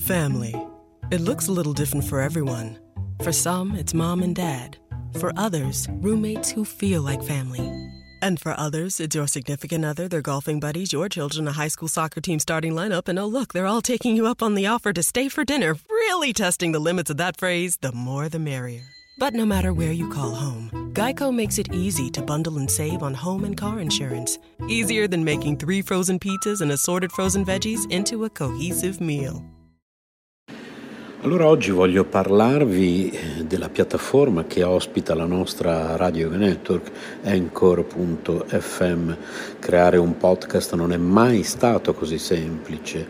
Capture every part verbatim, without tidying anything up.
Family. It looks a little different for everyone. For some, it's mom and dad. For others, roommates who feel like family. And for others, it's your significant other, their golfing buddies, your children, a high school soccer team starting lineup, and oh look, they're all taking you up on the offer to stay for dinner, really testing the limits of that phrase, the more the merrier. But no matter where you call home, Geico makes it easy to bundle and save on home and car insurance. Easier than making three frozen pizzas and assorted frozen veggies into a cohesive meal. Allora oggi voglio parlarvi della piattaforma che ospita la nostra Radio Yoga Network, Anchor punto effe emme. Creare un podcast non è mai stato così semplice.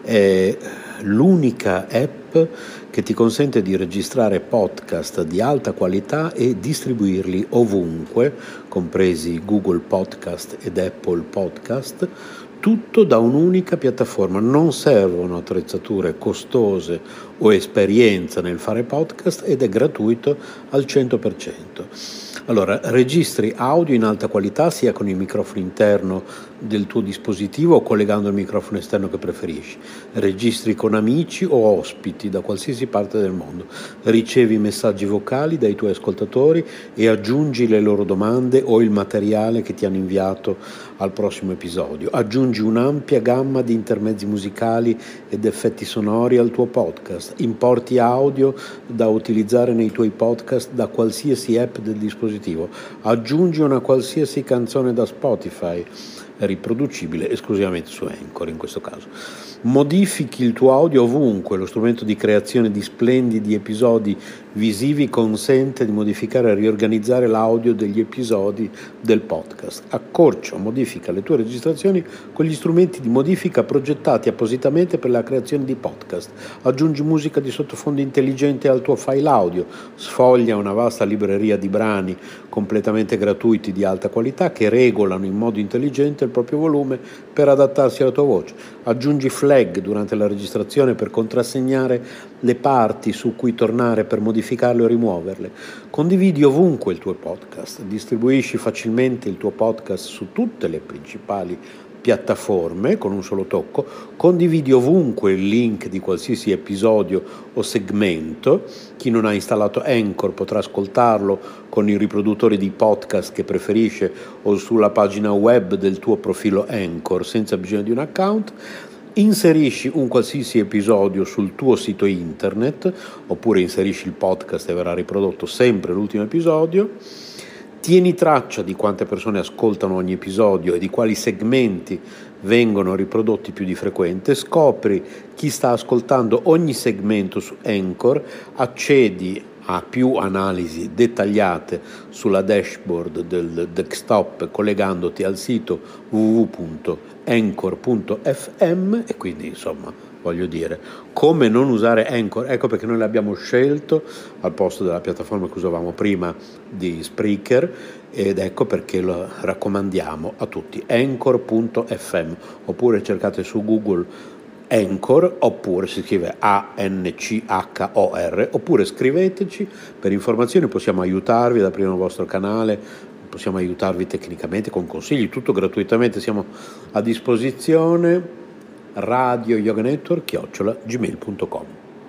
È l'unica app che ti consente di registrare podcast di alta qualità e distribuirli ovunque, compresi Google Podcast ed Apple Podcast, tutto da un'unica piattaforma. Non servono attrezzature costose o esperienza nel fare podcast ed è gratuito al cento per cento. Allora, registri audio in alta qualità sia con il microfono interno del tuo dispositivo o collegando il microfono esterno che preferisci. Registri con amici o ospiti da qualsiasi parte del mondo. Ricevi messaggi vocali dai tuoi ascoltatori e aggiungi le loro domande o il materiale che ti hanno inviato al prossimo episodio. Aggiungi un'ampia gamma di intermezzi musicali ed effetti sonori al tuo podcast. Importi audio da utilizzare nei tuoi podcast da qualsiasi app del dispositivo. Aggiungi una qualsiasi canzone da Spotify, riproducibile esclusivamente su Anchor in questo caso. Modifichi il tuo audio ovunque. Lo strumento di creazione di splendidi episodi visivi consente di modificare e riorganizzare l'audio degli episodi del podcast. Accorcia o modifica le tue registrazioni con gli strumenti di modifica progettati appositamente per la creazione di podcast. Aggiungi musica di sottofondo intelligente al tuo file audio. Sfoglia una vasta libreria di brani completamente gratuiti di alta qualità che regolano in modo intelligente il proprio volume per adattarsi alla tua voce. Aggiungi flag durante la registrazione per contrassegnare le parti su cui tornare per modificarle o rimuoverle. Condividi ovunque il tuo podcast. Distribuisci facilmente il tuo podcast su tutte le principali piattaforme con un solo tocco. Condividi ovunque il link di qualsiasi episodio o segmento. Chi non ha installato Anchor potrà ascoltarlo con i riproduttori di podcast che preferisce o sulla pagina web del tuo profilo Anchor senza bisogno di un account. Inserisci un qualsiasi episodio sul tuo sito internet oppure inserisci il podcast e verrà riprodotto sempre l'ultimo episodio. Tieni traccia di quante persone ascoltano ogni episodio e di quali segmenti vengono riprodotti più di frequente. Scopri chi sta ascoltando ogni segmento su Anchor, accedi a più analisi dettagliate sulla dashboard del desktop collegandoti al sito w w w punto anchor punto effe emme e quindi insomma voglio dire come non usare Anchor. Ecco perché noi l'abbiamo scelto al posto della piattaforma che usavamo prima di Spreaker ed ecco perché lo raccomandiamo a tutti. Anchor punto effe emme oppure cercate su Google Anchor oppure si scrive A N C H O R oppure scriveteci per informazioni, possiamo aiutarvi ad aprire un vostro canale, possiamo aiutarvi tecnicamente con consigli, tutto gratuitamente, siamo a disposizione. Radio Yoga Network chiocciola gmail punto com.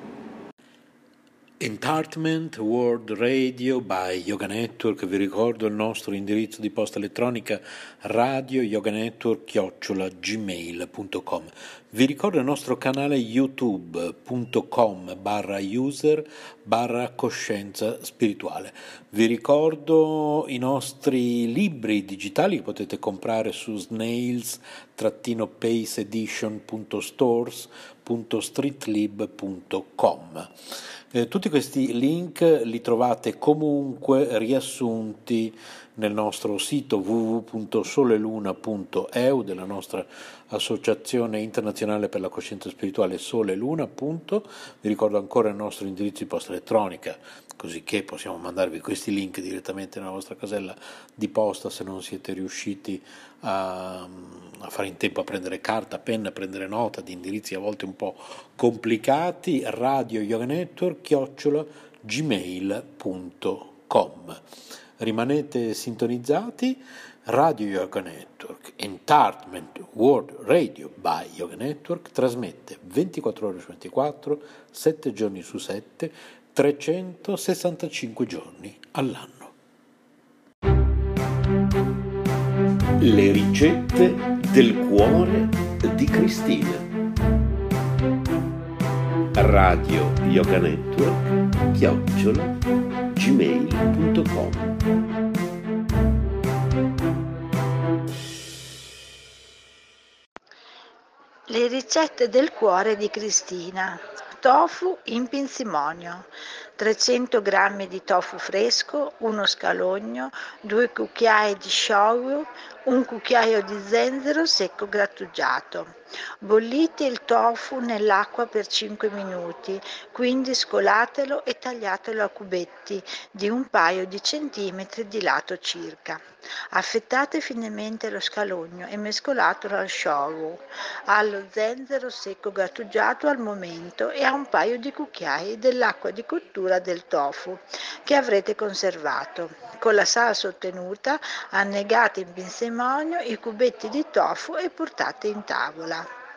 Entertainment World Radio by Yoga Network. Vi ricordo il nostro indirizzo di posta elettronica radio yoga network chiocciola gmail punto com. Vi ricordo il nostro canale youtube punto com barra user barra coscienza spirituale. Vi ricordo i nostri libri digitali che potete comprare su snails pace edition punto stores punto streetlib punto com. Eh, tutti questi link li trovate comunque riassunti nel nostro sito w w w punto soleluna punto e u della nostra associazione internazionale per la coscienza spirituale Sole Luna. Punto. Vi ricordo ancora il nostro indirizzo di posta elettronica, così che possiamo mandarvi questi link direttamente nella vostra casella di posta se non siete riusciti a, a fare in tempo a prendere carta, penna, a prendere nota di indirizzi a volte un po' complicati. Radio Yoga Network chiocciola gmail punto com. Rimanete sintonizzati, Radio Yoga Network, Entertainment World Radio by Yoga Network, trasmette ventiquattro ore su ventiquattro, sette giorni su sette, trecentosessantacinque giorni all'anno. Le ricette del cuore di Cristina. Radio Yoga Network, chiocciola, gmail punto com. Le ricette del cuore di Cristina. Tofu in pinzimonio, trecento grammi di tofu fresco, uno scalogno, due cucchiai di shoyu, un cucchiaio di zenzero secco grattugiato. Bollite il tofu nell'acqua per cinque minuti, quindi scolatelo e tagliatelo a cubetti di un paio di centimetri di lato circa. Affettate finemente lo scalogno e mescolatelo al shoyu, allo zenzero secco grattugiato al momento e a un paio di cucchiai dell'acqua di cottura del tofu che avrete conservato. Con la salsa ottenuta annegate in pinzimonio i cubetti di tofu e portate in tavola.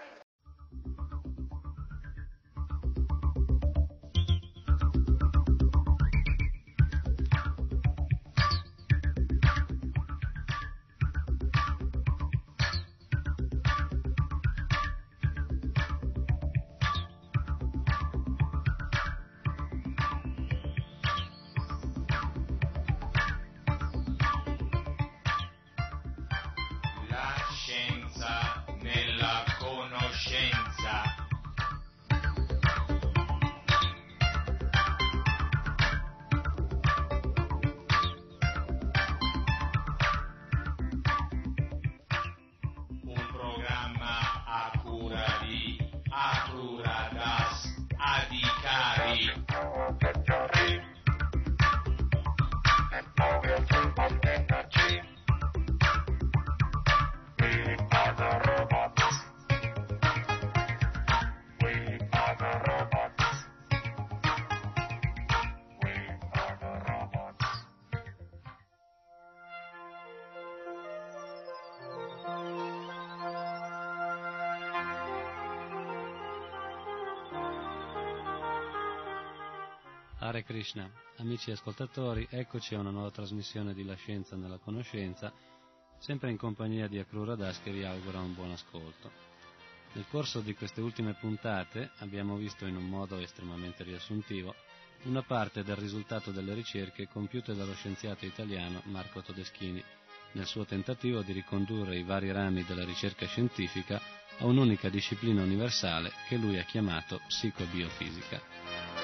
Hare Krishna, amici ascoltatori, eccoci a una nuova trasmissione di La Scienza nella Conoscenza, sempre in compagnia di Akrura Das che vi augura un buon ascolto. Nel corso di queste ultime puntate abbiamo visto in un modo estremamente riassuntivo una parte del risultato delle ricerche compiute dallo scienziato italiano Marco Todeschini nel suo tentativo di ricondurre i vari rami della ricerca scientifica a un'unica disciplina universale che lui ha chiamato psicobiofisica.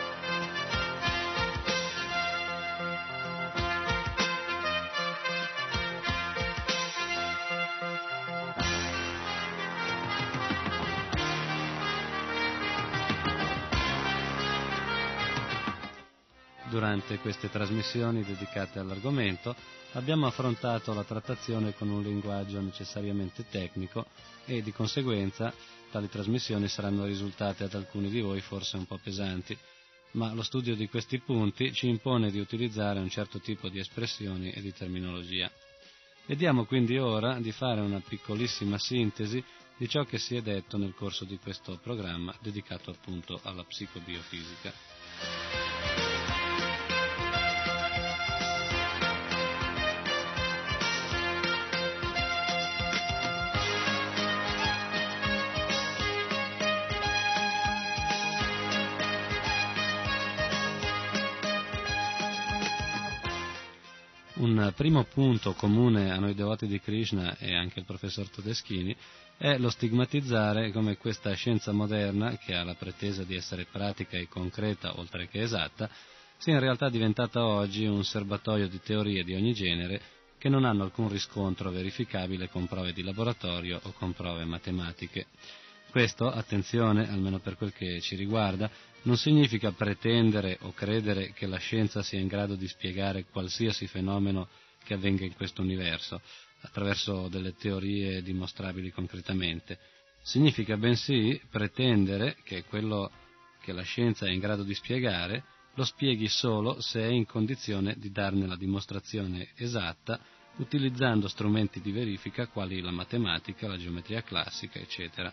Durante queste trasmissioni dedicate all'argomento abbiamo affrontato la trattazione con un linguaggio necessariamente tecnico e di conseguenza tali trasmissioni saranno risultate ad alcuni di voi forse un po' pesanti, ma lo studio di questi punti ci impone di utilizzare un certo tipo di espressioni e di terminologia. Vediamo quindi ora di fare una piccolissima sintesi di ciò che si è detto nel corso di questo programma dedicato appunto alla psicobiofisica. Un primo punto comune a noi devoti di Krishna e anche al professor Todeschini è lo stigmatizzare come questa scienza moderna, che ha la pretesa di essere pratica e concreta oltre che esatta, sia in realtà diventata oggi un serbatoio di teorie di ogni genere che non hanno alcun riscontro verificabile con prove di laboratorio o con prove matematiche. Questo, attenzione, almeno per quel che ci riguarda, non significa pretendere o credere che la scienza sia in grado di spiegare qualsiasi fenomeno che avvenga in questo universo, attraverso delle teorie dimostrabili concretamente. Significa bensì pretendere che quello che la scienza è in grado di spiegare lo spieghi solo se è in condizione di darne la dimostrazione esatta utilizzando strumenti di verifica quali la matematica, la geometria classica, eccetera.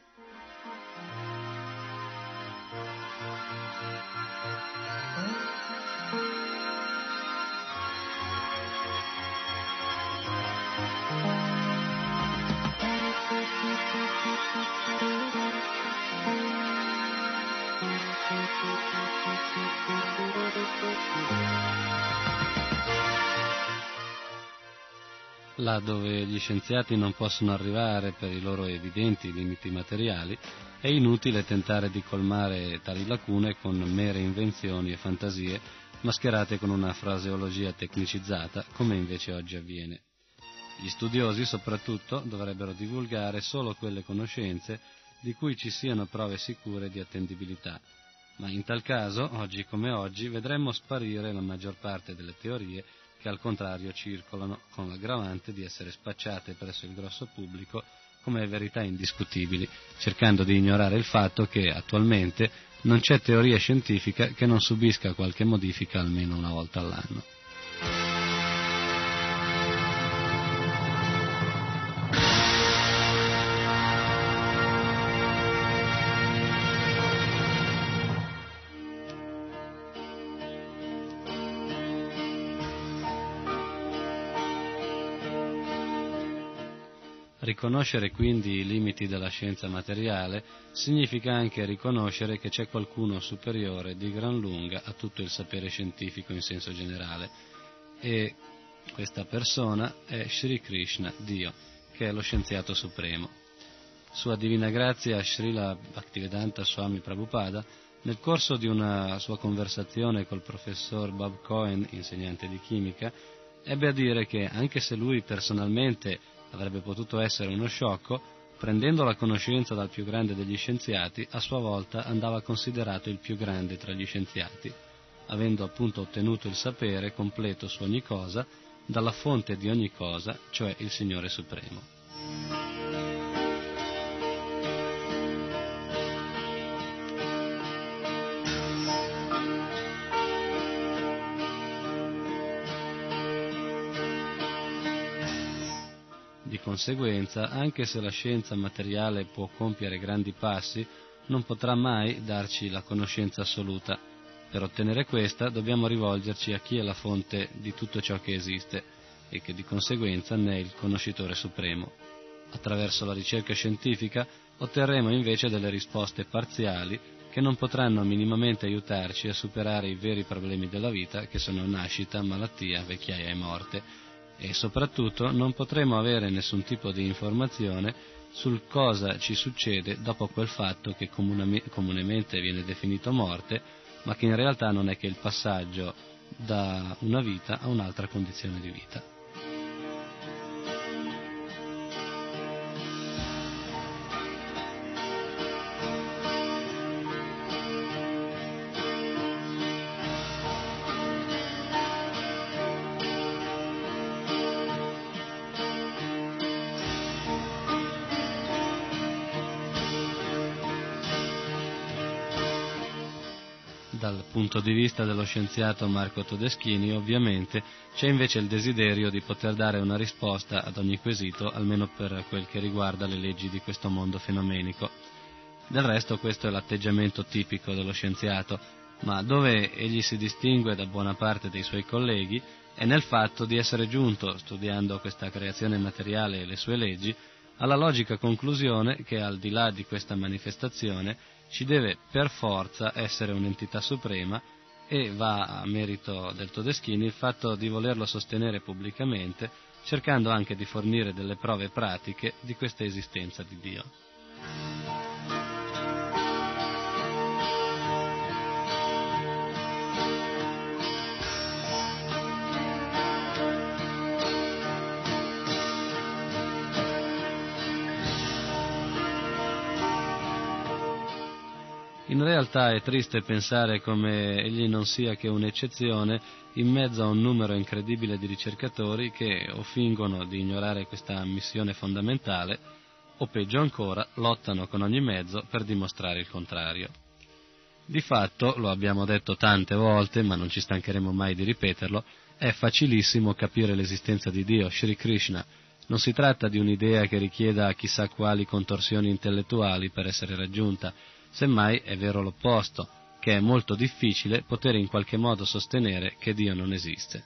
Là dove gli scienziati non possono arrivare per i loro evidenti limiti materiali, è inutile tentare di colmare tali lacune con mere invenzioni e fantasie mascherate con una fraseologia tecnicizzata, come invece oggi avviene. Gli studiosi, soprattutto, dovrebbero divulgare solo quelle conoscenze di cui ci siano prove sicure di attendibilità, ma in tal caso, oggi come oggi, vedremmo sparire la maggior parte delle teorie che al contrario circolano, con l'aggravante di essere spacciate presso il grosso pubblico come verità indiscutibili, cercando di ignorare il fatto che attualmente non c'è teoria scientifica che non subisca qualche modifica almeno una volta all'anno. Riconoscere quindi i limiti della scienza materiale significa anche riconoscere che c'è qualcuno superiore di gran lunga a tutto il sapere scientifico in senso generale, e questa persona è Sri Krishna, Dio, che è lo scienziato supremo. Sua Divina Grazia Srila Bhaktivedanta Swami Prabhupada, nel corso di una sua conversazione col professor Bob Cohen, insegnante di chimica, ebbe a dire che anche se lui personalmente avrebbe potuto essere uno sciocco, prendendo la conoscenza dal più grande degli scienziati, a sua volta andava considerato il più grande tra gli scienziati, avendo appunto ottenuto il sapere completo su ogni cosa, dalla fonte di ogni cosa, cioè il Signore Supremo. Di conseguenza, anche se la scienza materiale può compiere grandi passi, non potrà mai darci la conoscenza assoluta. Per ottenere questa dobbiamo rivolgerci a chi è la fonte di tutto ciò che esiste e che di conseguenza ne è il conoscitore supremo. Attraverso la ricerca scientifica otterremo invece delle risposte parziali che non potranno minimamente aiutarci a superare i veri problemi della vita, che sono nascita, malattia, vecchiaia e morte, e soprattutto non potremo avere nessun tipo di informazione sul cosa ci succede dopo quel fatto che comunemente viene definito morte, ma che in realtà non è che il passaggio da una vita a un'altra condizione di vita. Dal punto di vista dello scienziato Marco Todeschini, ovviamente, c'è invece il desiderio di poter dare una risposta ad ogni quesito, almeno per quel che riguarda le leggi di questo mondo fenomenico. Del resto questo è l'atteggiamento tipico dello scienziato, ma dove egli si distingue da buona parte dei suoi colleghi è nel fatto di essere giunto, studiando questa creazione materiale e le sue leggi, alla logica conclusione che al di là di questa manifestazione ci deve per forza essere un'entità suprema, e va a merito del Todeschini il fatto di volerlo sostenere pubblicamente, cercando anche di fornire delle prove pratiche di questa esistenza di Dio. In realtà è triste pensare come egli non sia che un'eccezione in mezzo a un numero incredibile di ricercatori che o fingono di ignorare questa missione fondamentale o, peggio ancora, lottano con ogni mezzo per dimostrare il contrario. Di fatto, lo abbiamo detto tante volte, ma non ci stancheremo mai di ripeterlo, È facilissimo capire l'esistenza di Dio, Sri Krishna. Non si tratta di un'idea che richieda chissà quali contorsioni intellettuali per essere raggiunta, semmai è vero l'opposto, che è molto difficile poter in qualche modo sostenere che Dio non esiste.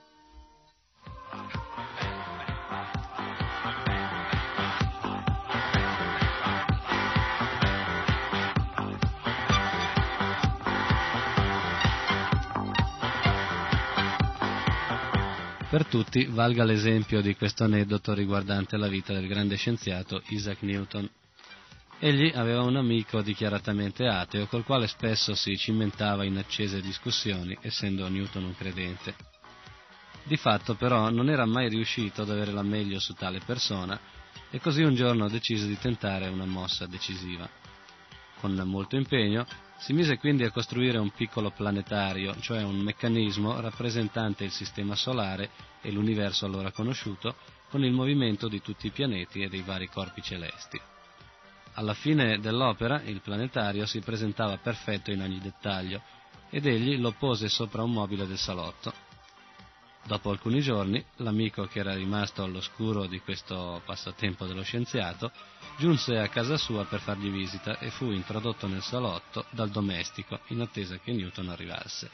Per tutti valga l'esempio di questo aneddoto riguardante la vita del grande scienziato Isaac Newton. Egli aveva un amico dichiaratamente ateo col quale spesso si cimentava in accese discussioni, essendo Newton un credente. Di fatto però non era mai riuscito ad avere la meglio su tale persona e così un giorno decise di tentare una mossa decisiva. Con molto impegno si mise quindi a costruire un piccolo planetario, cioè un meccanismo rappresentante il sistema solare e l'universo allora conosciuto, con il movimento di tutti i pianeti e dei vari corpi celesti. Alla fine dell'opera il planetario si presentava perfetto in ogni dettaglio ed egli lo pose sopra un mobile del salotto. Dopo alcuni giorni, l'amico che era rimasto all'oscuro di questo passatempo dello scienziato giunse a casa sua per fargli visita e fu introdotto nel salotto dal domestico in attesa che Newton arrivasse.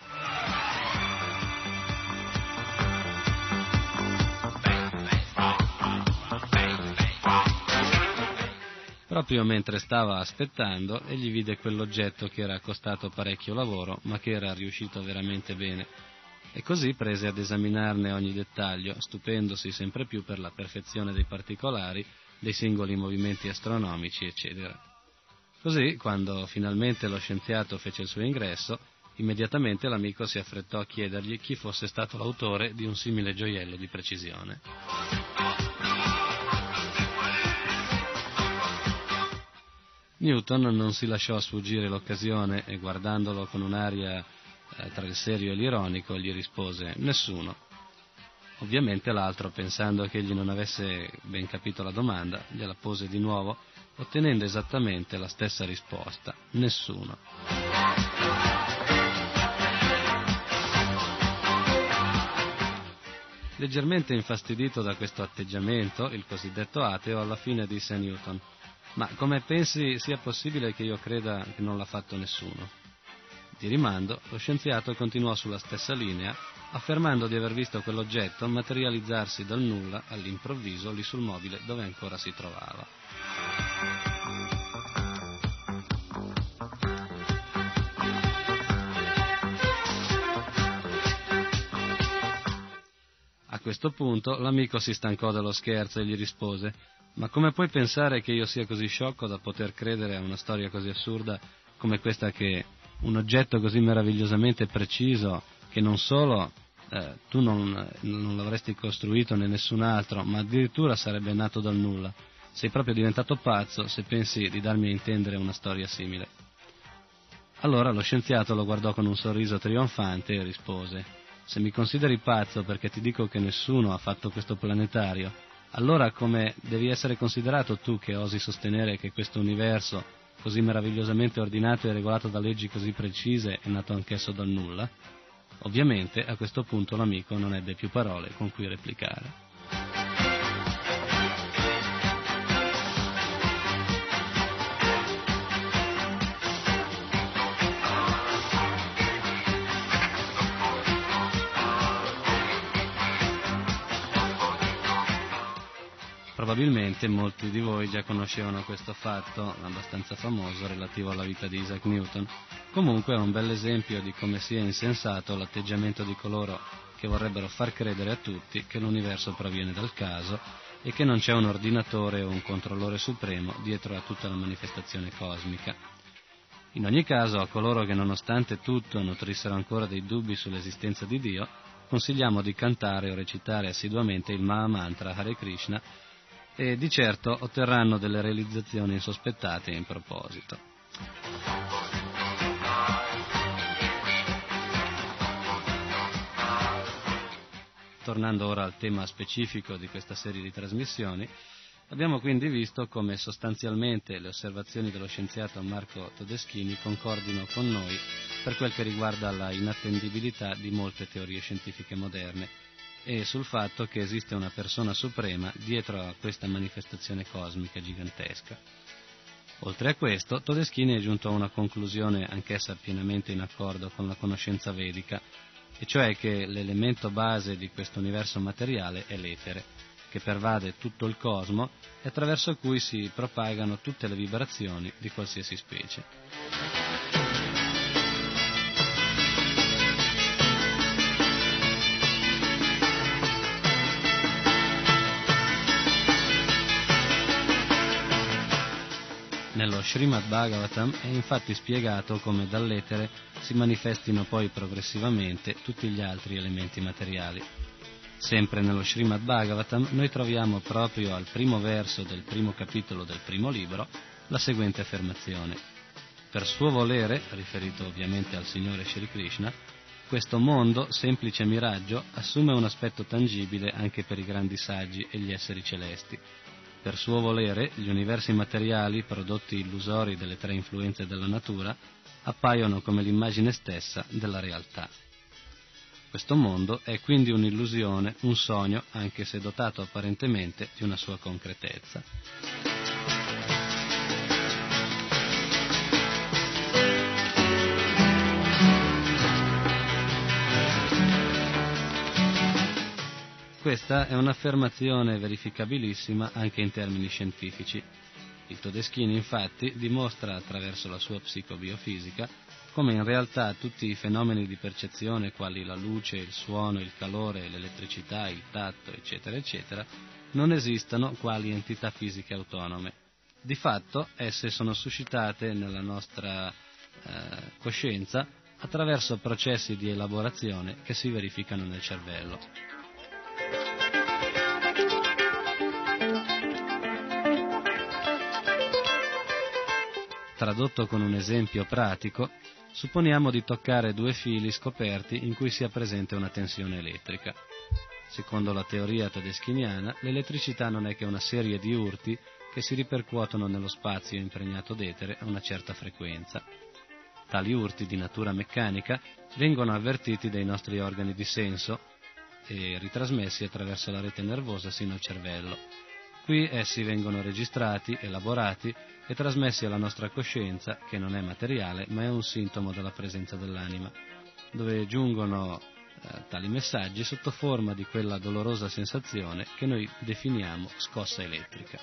Proprio mentre stava aspettando, egli vide quell'oggetto che era costato parecchio lavoro, ma che era riuscito veramente bene, e così prese ad esaminarne ogni dettaglio, stupendosi sempre più per la perfezione dei particolari, dei singoli movimenti astronomici, eccetera. Così, quando finalmente lo scienziato fece il suo ingresso, immediatamente l'amico si affrettò a chiedergli chi fosse stato l'autore di un simile gioiello di precisione. Newton non si lasciò sfuggire l'occasione e, guardandolo con un'aria eh, tra il serio e l'ironico, gli rispose «Nessuno». Ovviamente l'altro, pensando che egli non avesse ben capito la domanda, gliela pose di nuovo, ottenendo esattamente la stessa risposta: «Nessuno». Leggermente infastidito da questo atteggiamento, il cosiddetto ateo alla fine disse a Newton: «Ma come pensi sia possibile che io creda che non l'ha fatto nessuno?» Di rimando, lo scienziato continuò sulla stessa linea, affermando di aver visto quell'oggetto materializzarsi dal nulla all'improvviso lì sul mobile dove ancora si trovava. A questo punto l'amico si stancò dello scherzo e gli rispose: «Ma come puoi pensare che io sia così sciocco da poter credere a una storia così assurda come questa, che un oggetto così meravigliosamente preciso, che non solo eh, tu non, non l'avresti costruito né nessun altro, ma addirittura sarebbe nato dal nulla? Sei proprio diventato pazzo se pensi di darmi a intendere una storia simile». Allora lo scienziato lo guardò con un sorriso trionfante e rispose: «Se mi consideri pazzo perché ti dico che nessuno ha fatto questo planetario, allora come devi essere considerato tu che osi sostenere che questo universo, così meravigliosamente ordinato e regolato da leggi così precise, è nato anch'esso dal nulla?» Ovviamente a questo punto l'amico non ebbe più parole con cui replicare. Probabilmente molti di voi già conoscevano questo fatto, abbastanza famoso, relativo alla vita di Isaac Newton. Comunque è un bel esempio di come sia insensato l'atteggiamento di coloro che vorrebbero far credere a tutti che l'universo proviene dal caso e che non c'è un ordinatore o un controllore supremo dietro a tutta la manifestazione cosmica. In ogni caso, a coloro che nonostante tutto nutrissero ancora dei dubbi sull'esistenza di Dio, consigliamo di cantare o recitare assiduamente il Maha Mantra Hare Krishna, e di certo otterranno delle realizzazioni insospettate in proposito. Tornando ora al tema specifico di questa serie di trasmissioni, abbiamo quindi visto come sostanzialmente le osservazioni dello scienziato Marco Todeschini concordino con noi per quel che riguarda la inattendibilità di molte teorie scientifiche moderne e sul fatto che esiste una persona suprema dietro a questa manifestazione cosmica gigantesca. Oltre a questo, Todeschini è giunto a una conclusione anch'essa pienamente in accordo con la conoscenza vedica, e cioè che l'elemento base di questo universo materiale è l'etere, che pervade tutto il cosmo e attraverso cui si propagano tutte le vibrazioni di qualsiasi specie. Nello Srimad Bhagavatam è infatti spiegato come dall'etere si manifestino poi progressivamente tutti gli altri elementi materiali. Sempre nello Srimad Bhagavatam noi troviamo proprio al primo verso del primo capitolo del primo libro la seguente affermazione: per suo volere, riferito ovviamente al Signore Shri Krishna, questo mondo, semplice miraggio, assume un aspetto tangibile anche per i grandi saggi e gli esseri celesti. Per suo volere, gli universi materiali, prodotti illusori delle tre influenze della natura, appaiono come l'immagine stessa della realtà. Questo mondo è quindi un'illusione, un sogno, anche se dotato apparentemente di una sua concretezza. Questa è un'affermazione verificabilissima anche in termini scientifici. Il Todeschini, infatti, dimostra attraverso la sua psicobiofisica come in realtà tutti i fenomeni di percezione, quali la luce, il suono, il calore, l'elettricità, il tatto, eccetera, eccetera, non esistano quali entità fisiche autonome. Di fatto, esse sono suscitate nella nostra eh, coscienza attraverso processi di elaborazione che si verificano nel cervello. Tradotto con un esempio pratico, supponiamo di toccare due fili scoperti in cui sia presente una tensione elettrica. Secondo la teoria todeschiniana, l'elettricità non è che una serie di urti che si ripercuotono nello spazio impregnato d'etere a una certa frequenza. Tali urti di natura meccanica vengono avvertiti dai nostri organi di senso e ritrasmessi attraverso la rete nervosa sino al cervello. Qui essi vengono registrati, elaborati e trasmessi alla nostra coscienza, che non è materiale, ma è un sintomo della presenza dell'anima, dove giungono eh, tali messaggi sotto forma di quella dolorosa sensazione che noi definiamo scossa elettrica.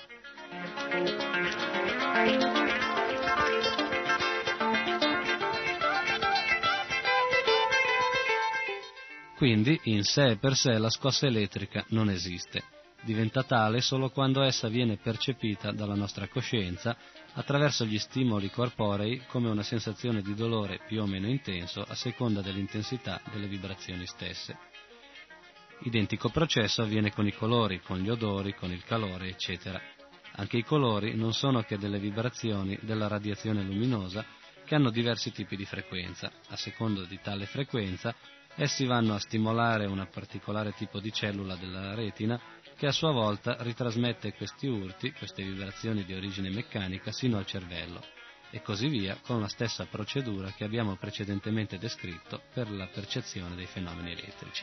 Quindi, in sé e per sé, la scossa elettrica non esiste. Diventa tale solo quando essa viene percepita dalla nostra coscienza attraverso gli stimoli corporei come una sensazione di dolore più o meno intenso a seconda dell'intensità delle vibrazioni stesse. Identico processo avviene con i colori, con gli odori, con il calore, eccetera. Anche i colori non sono che delle vibrazioni della radiazione luminosa che hanno diversi tipi di frequenza. A seconda di tale frequenza, essi vanno a stimolare una particolare tipo di cellula della retina che a sua volta ritrasmette questi urti, queste vibrazioni di origine meccanica, sino al cervello, e così via con la stessa procedura che abbiamo precedentemente descritto per la percezione dei fenomeni elettrici.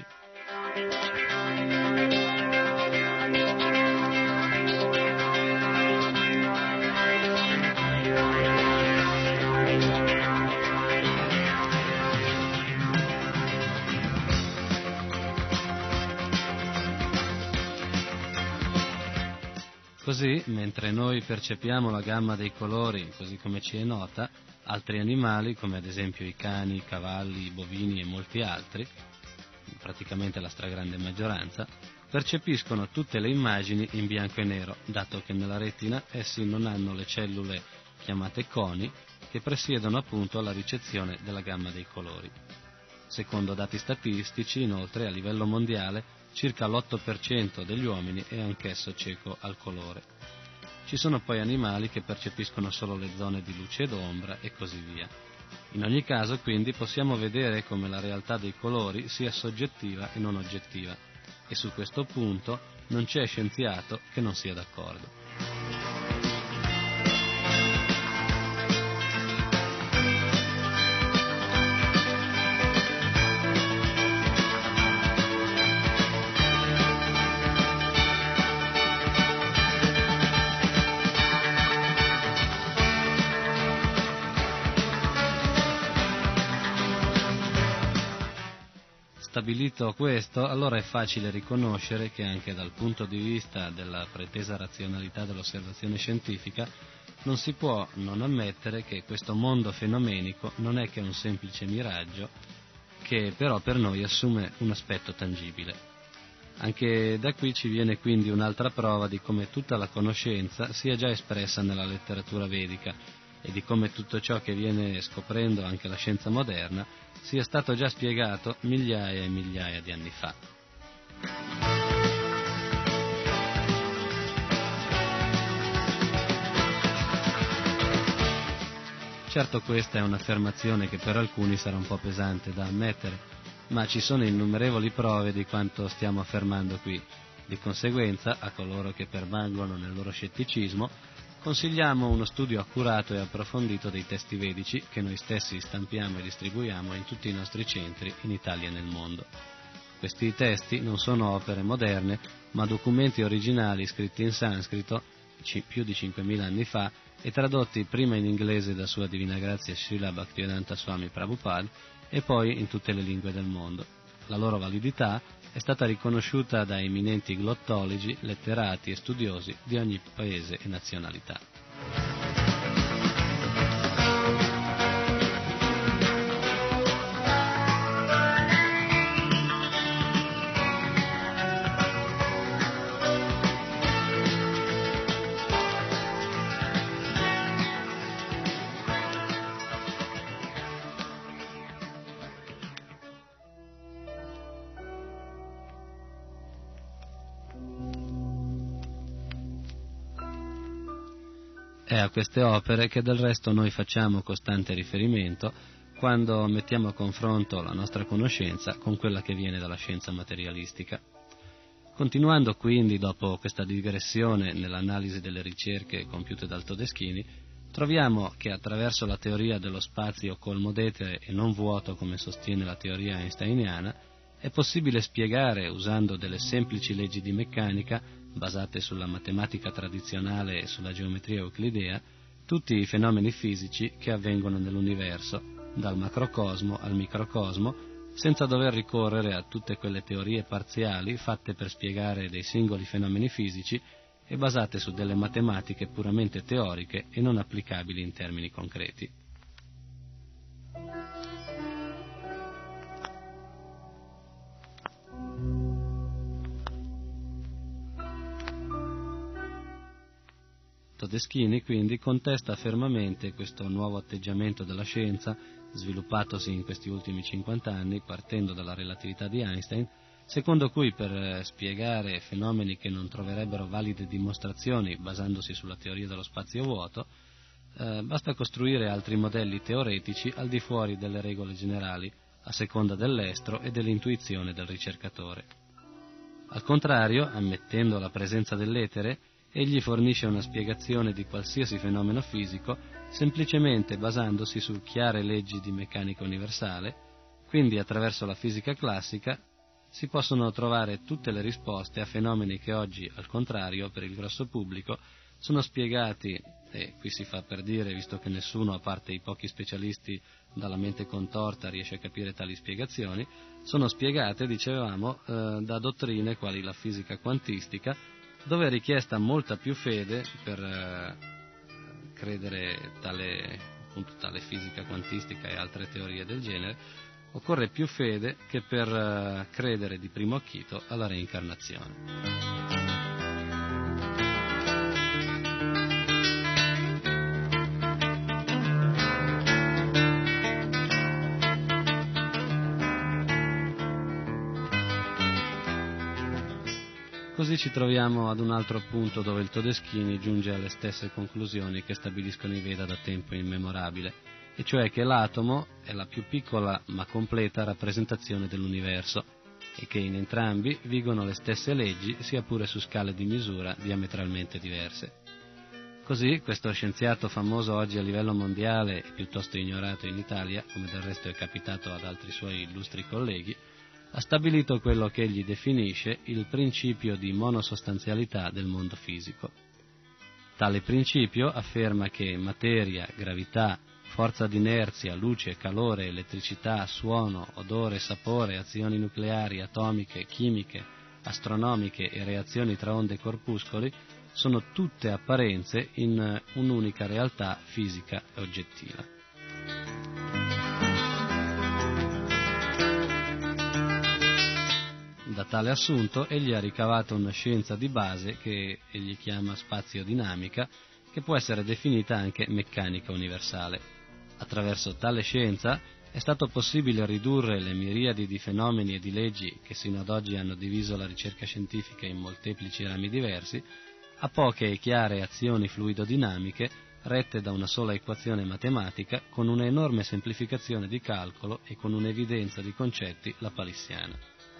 Così, mentre noi percepiamo la gamma dei colori, così come ci è nota, altri animali, come ad esempio i cani, i cavalli, i bovini e molti altri, praticamente la stragrande maggioranza, percepiscono tutte le immagini in bianco e nero, dato che nella retina essi non hanno le cellule chiamate coni, che presiedono appunto alla ricezione della gamma dei colori. Secondo dati statistici, inoltre, a livello mondiale, circa l'otto per cento degli uomini è anch'esso cieco al colore. Ci sono poi animali che percepiscono solo le zone di luce ed ombra e così via. In ogni caso, quindi, possiamo vedere come la realtà dei colori sia soggettiva e non oggettiva, e su questo punto non c'è scienziato che non sia d'accordo. Stabilito questo, allora è facile riconoscere che anche dal punto di vista della pretesa razionalità dell'osservazione scientifica non si può non ammettere che questo mondo fenomenico non è che un semplice miraggio, che però per noi assume un aspetto tangibile. Anche da qui ci viene quindi un'altra prova di come tutta la conoscenza sia già espressa nella letteratura vedica e di come tutto ciò che viene scoprendo anche la scienza moderna sia stato già spiegato migliaia e migliaia di anni fa. Certo, questa è un'affermazione che per alcuni sarà un po' pesante da ammettere, ma ci sono innumerevoli prove di quanto stiamo affermando qui. Di conseguenza, a coloro che permangono nel loro scetticismo, consigliamo uno studio accurato e approfondito dei testi vedici che noi stessi stampiamo e distribuiamo in tutti i nostri centri in Italia e nel mondo. Questi testi non sono opere moderne, ma documenti originali scritti in sanscrito più di cinquemila anni fa e tradotti prima in inglese da Sua Divina Grazia Srila Bhaktivedanta Swami Prabhupada e poi in tutte le lingue del mondo. La loro validità è stata riconosciuta da eminenti glottologi, letterati e studiosi di ogni paese e nazionalità. È a queste opere che del resto noi facciamo costante riferimento quando mettiamo a confronto la nostra conoscenza con quella che viene dalla scienza materialistica. Continuando quindi, dopo questa digressione nell'analisi delle ricerche compiute dal Todeschini, troviamo che attraverso la teoria dello spazio colmo d'etere e non vuoto, come sostiene la teoria einsteiniana, è possibile spiegare, usando delle semplici leggi di meccanica, basate sulla matematica tradizionale e sulla geometria euclidea, tutti i fenomeni fisici che avvengono nell'universo, dal macrocosmo al microcosmo, senza dover ricorrere a tutte quelle teorie parziali fatte per spiegare dei singoli fenomeni fisici e basate su delle matematiche puramente teoriche e non applicabili in termini concreti. Todeschini quindi contesta fermamente questo nuovo atteggiamento della scienza, sviluppatosi in questi ultimi cinquanta anni partendo dalla relatività di Einstein, secondo cui per spiegare fenomeni che non troverebbero valide dimostrazioni basandosi sulla teoria dello spazio vuoto, eh, basta costruire altri modelli teoretici al di fuori delle regole generali, a seconda dell'estro e dell'intuizione del ricercatore. Al contrario, ammettendo la presenza dell'etere, egli fornisce una spiegazione di qualsiasi fenomeno fisico semplicemente basandosi su chiare leggi di meccanica universale, quindi attraverso la fisica classica si possono trovare tutte le risposte a fenomeni che oggi, al contrario, per il grosso pubblico, sono spiegati, e qui si fa per dire, visto che nessuno, a parte i pochi specialisti dalla mente contorta, riesce a capire tali spiegazioni, sono spiegate, dicevamo, eh, da dottrine quali la fisica quantistica, dove è richiesta molta più fede per eh, credere tale, appunto, tale fisica quantistica e altre teorie del genere, occorre più fede che per eh, credere di primo acchito alla reincarnazione. Così ci troviamo ad un altro punto dove il Todeschini giunge alle stesse conclusioni che stabiliscono i Veda da tempo immemorabile, e cioè che l'atomo è la più piccola ma completa rappresentazione dell'universo e che in entrambi vigono le stesse leggi, sia pure su scale di misura diametralmente diverse. Così questo scienziato famoso oggi a livello mondiale e piuttosto ignorato in Italia, come del resto è capitato ad altri suoi illustri colleghi, ha stabilito quello che egli definisce il principio di monosostanzialità del mondo fisico. Tale principio afferma che materia, gravità, forza d'inerzia, luce, calore, elettricità, suono, odore, sapore, azioni nucleari, atomiche, chimiche, astronomiche e reazioni tra onde e corpuscoli sono tutte apparenze in un'unica realtà fisica e oggettiva. Da tale assunto egli ha ricavato una scienza di base che egli chiama spaziodinamica, che può essere definita anche meccanica universale. Attraverso tale scienza è stato possibile ridurre le miriadi di fenomeni e di leggi che sino ad oggi hanno diviso la ricerca scientifica in molteplici rami diversi, a poche e chiare azioni fluidodinamiche rette da una sola equazione matematica con una enorme semplificazione di calcolo e con un'evidenza di concetti lapalissiana.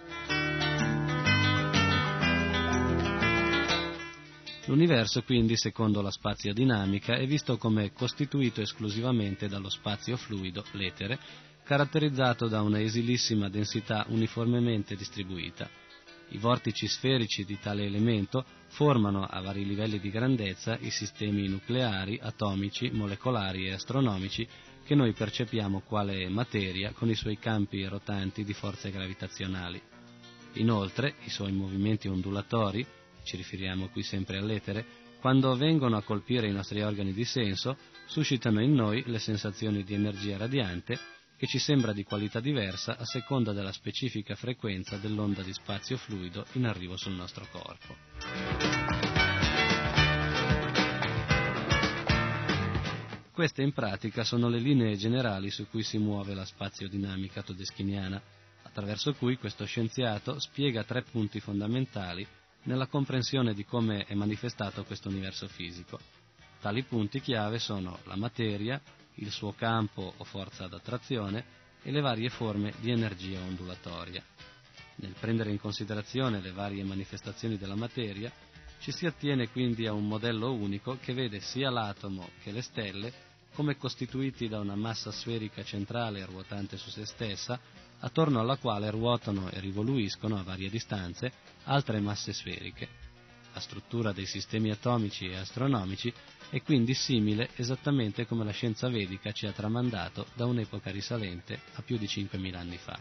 L'universo, quindi, secondo la spaziodinamica, è visto come costituito esclusivamente dallo spazio fluido, l'etere, caratterizzato da una esilissima densità uniformemente distribuita. I vortici sferici di tale elemento formano, a vari livelli di grandezza, i sistemi nucleari, atomici, molecolari e astronomici che noi percepiamo quale materia con i suoi campi rotanti di forze gravitazionali. Inoltre, i suoi movimenti ondulatori, ci riferiamo qui sempre all'etere, quando vengono a colpire i nostri organi di senso, suscitano in noi le sensazioni di energia radiante che ci sembra di qualità diversa a seconda della specifica frequenza dell'onda di spazio fluido in arrivo sul nostro corpo. Queste in pratica sono le linee generali su cui si muove la spaziodinamica todeschiniana, attraverso cui questo scienziato spiega tre punti fondamentali nella comprensione di come è manifestato questo universo fisico. Tali punti chiave sono la materia, il suo campo o forza d'attrazione e le varie forme di energia ondulatoria. Nel prendere in considerazione le varie manifestazioni della materia, ci si attiene quindi a un modello unico che vede sia l'atomo che le stelle come costituiti da una massa sferica centrale ruotante su se stessa, attorno alla quale ruotano e rivoluiscono a varie distanze altre masse sferiche. La struttura dei sistemi atomici e astronomici è quindi simile esattamente come la scienza vedica ci ha tramandato da un'epoca risalente a più di cinquemila anni fa.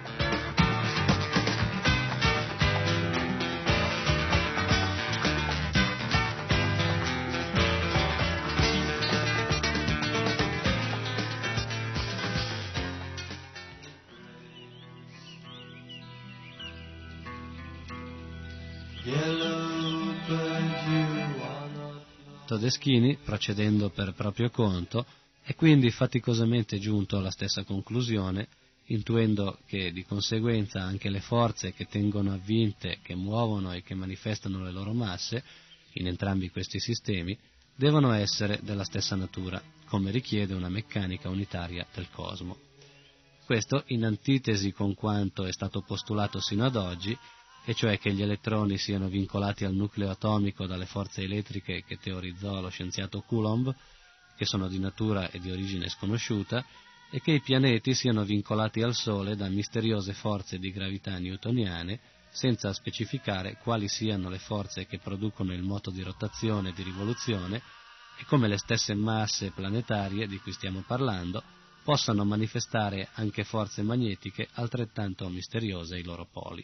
Todeschini, procedendo per proprio conto, è quindi faticosamente giunto alla stessa conclusione, intuendo che di conseguenza anche le forze che tengono avvinte, che muovono e che manifestano le loro masse, in entrambi questi sistemi, devono essere della stessa natura, come richiede una meccanica unitaria del cosmo. Questo in antitesi con quanto è stato postulato sino ad oggi, e cioè che gli elettroni siano vincolati al nucleo atomico dalle forze elettriche che teorizzò lo scienziato Coulomb, che sono di natura e di origine sconosciuta, e che i pianeti siano vincolati al Sole da misteriose forze di gravità newtoniane, senza specificare quali siano le forze che producono il moto di rotazione e di rivoluzione, e come le stesse masse planetarie di cui stiamo parlando possano manifestare anche forze magnetiche altrettanto misteriose ai loro poli.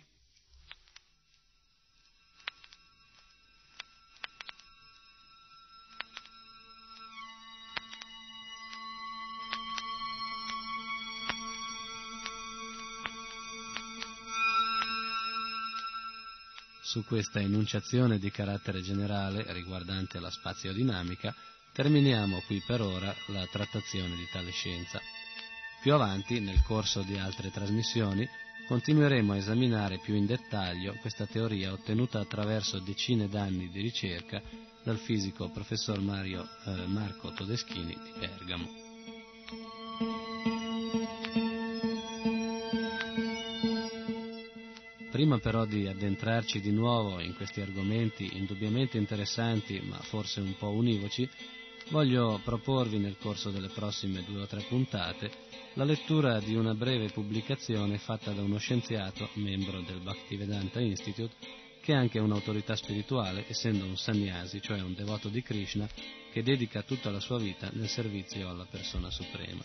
Su questa enunciazione di carattere generale riguardante la spaziodinamica terminiamo qui per ora la trattazione di tale scienza. Più avanti, nel corso di altre trasmissioni, continueremo a esaminare più in dettaglio questa teoria ottenuta attraverso decine d'anni di ricerca dal fisico professor Mario, eh, Marco Todeschini di Bergamo. Prima però di addentrarci di nuovo in questi argomenti indubbiamente interessanti ma forse un po' univoci, voglio proporvi nel corso delle prossime due o tre puntate la lettura di una breve pubblicazione fatta da uno scienziato, membro del Bhaktivedanta Institute, che è anche un'autorità spirituale, essendo un sannyasi, cioè un devoto di Krishna, che dedica tutta la sua vita nel servizio alla persona suprema.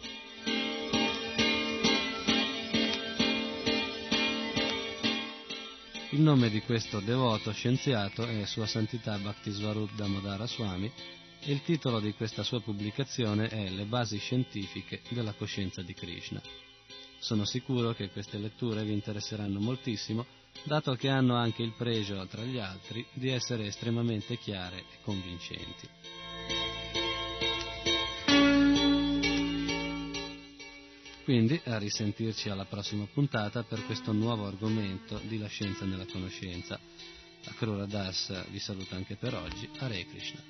Il nome di questo devoto scienziato è Sua Santità Bhaktisvarup Damodara Swami e il titolo di questa sua pubblicazione è Le basi scientifiche della coscienza di Krishna. Sono sicuro che queste letture vi interesseranno moltissimo, dato che hanno anche il pregio, tra gli altri, di essere estremamente chiare e convincenti. Quindi a risentirci alla prossima puntata per questo nuovo argomento di La scienza nella conoscenza. Akrura Das vi saluta anche per oggi. Hare Krishna.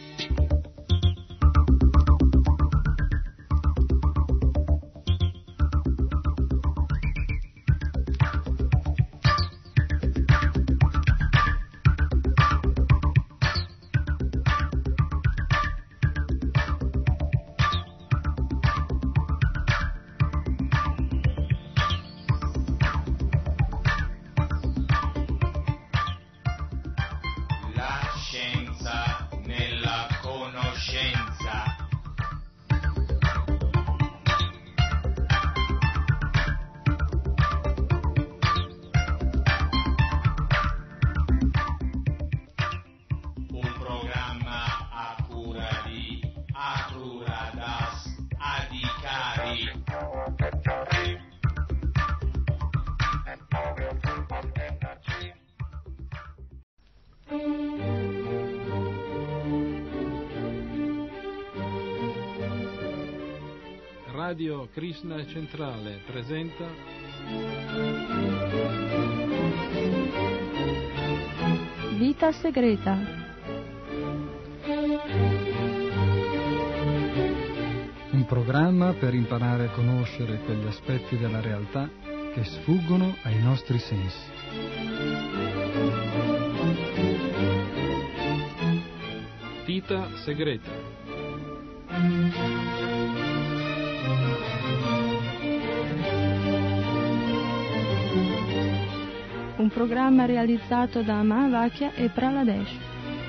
Radio Krishna Centrale presenta Vita Segreta. Un programma per imparare a conoscere quegli aspetti della realtà che sfuggono ai nostri sensi. Vita Segreta. Un programma realizzato da Mahavakya e Praladesh.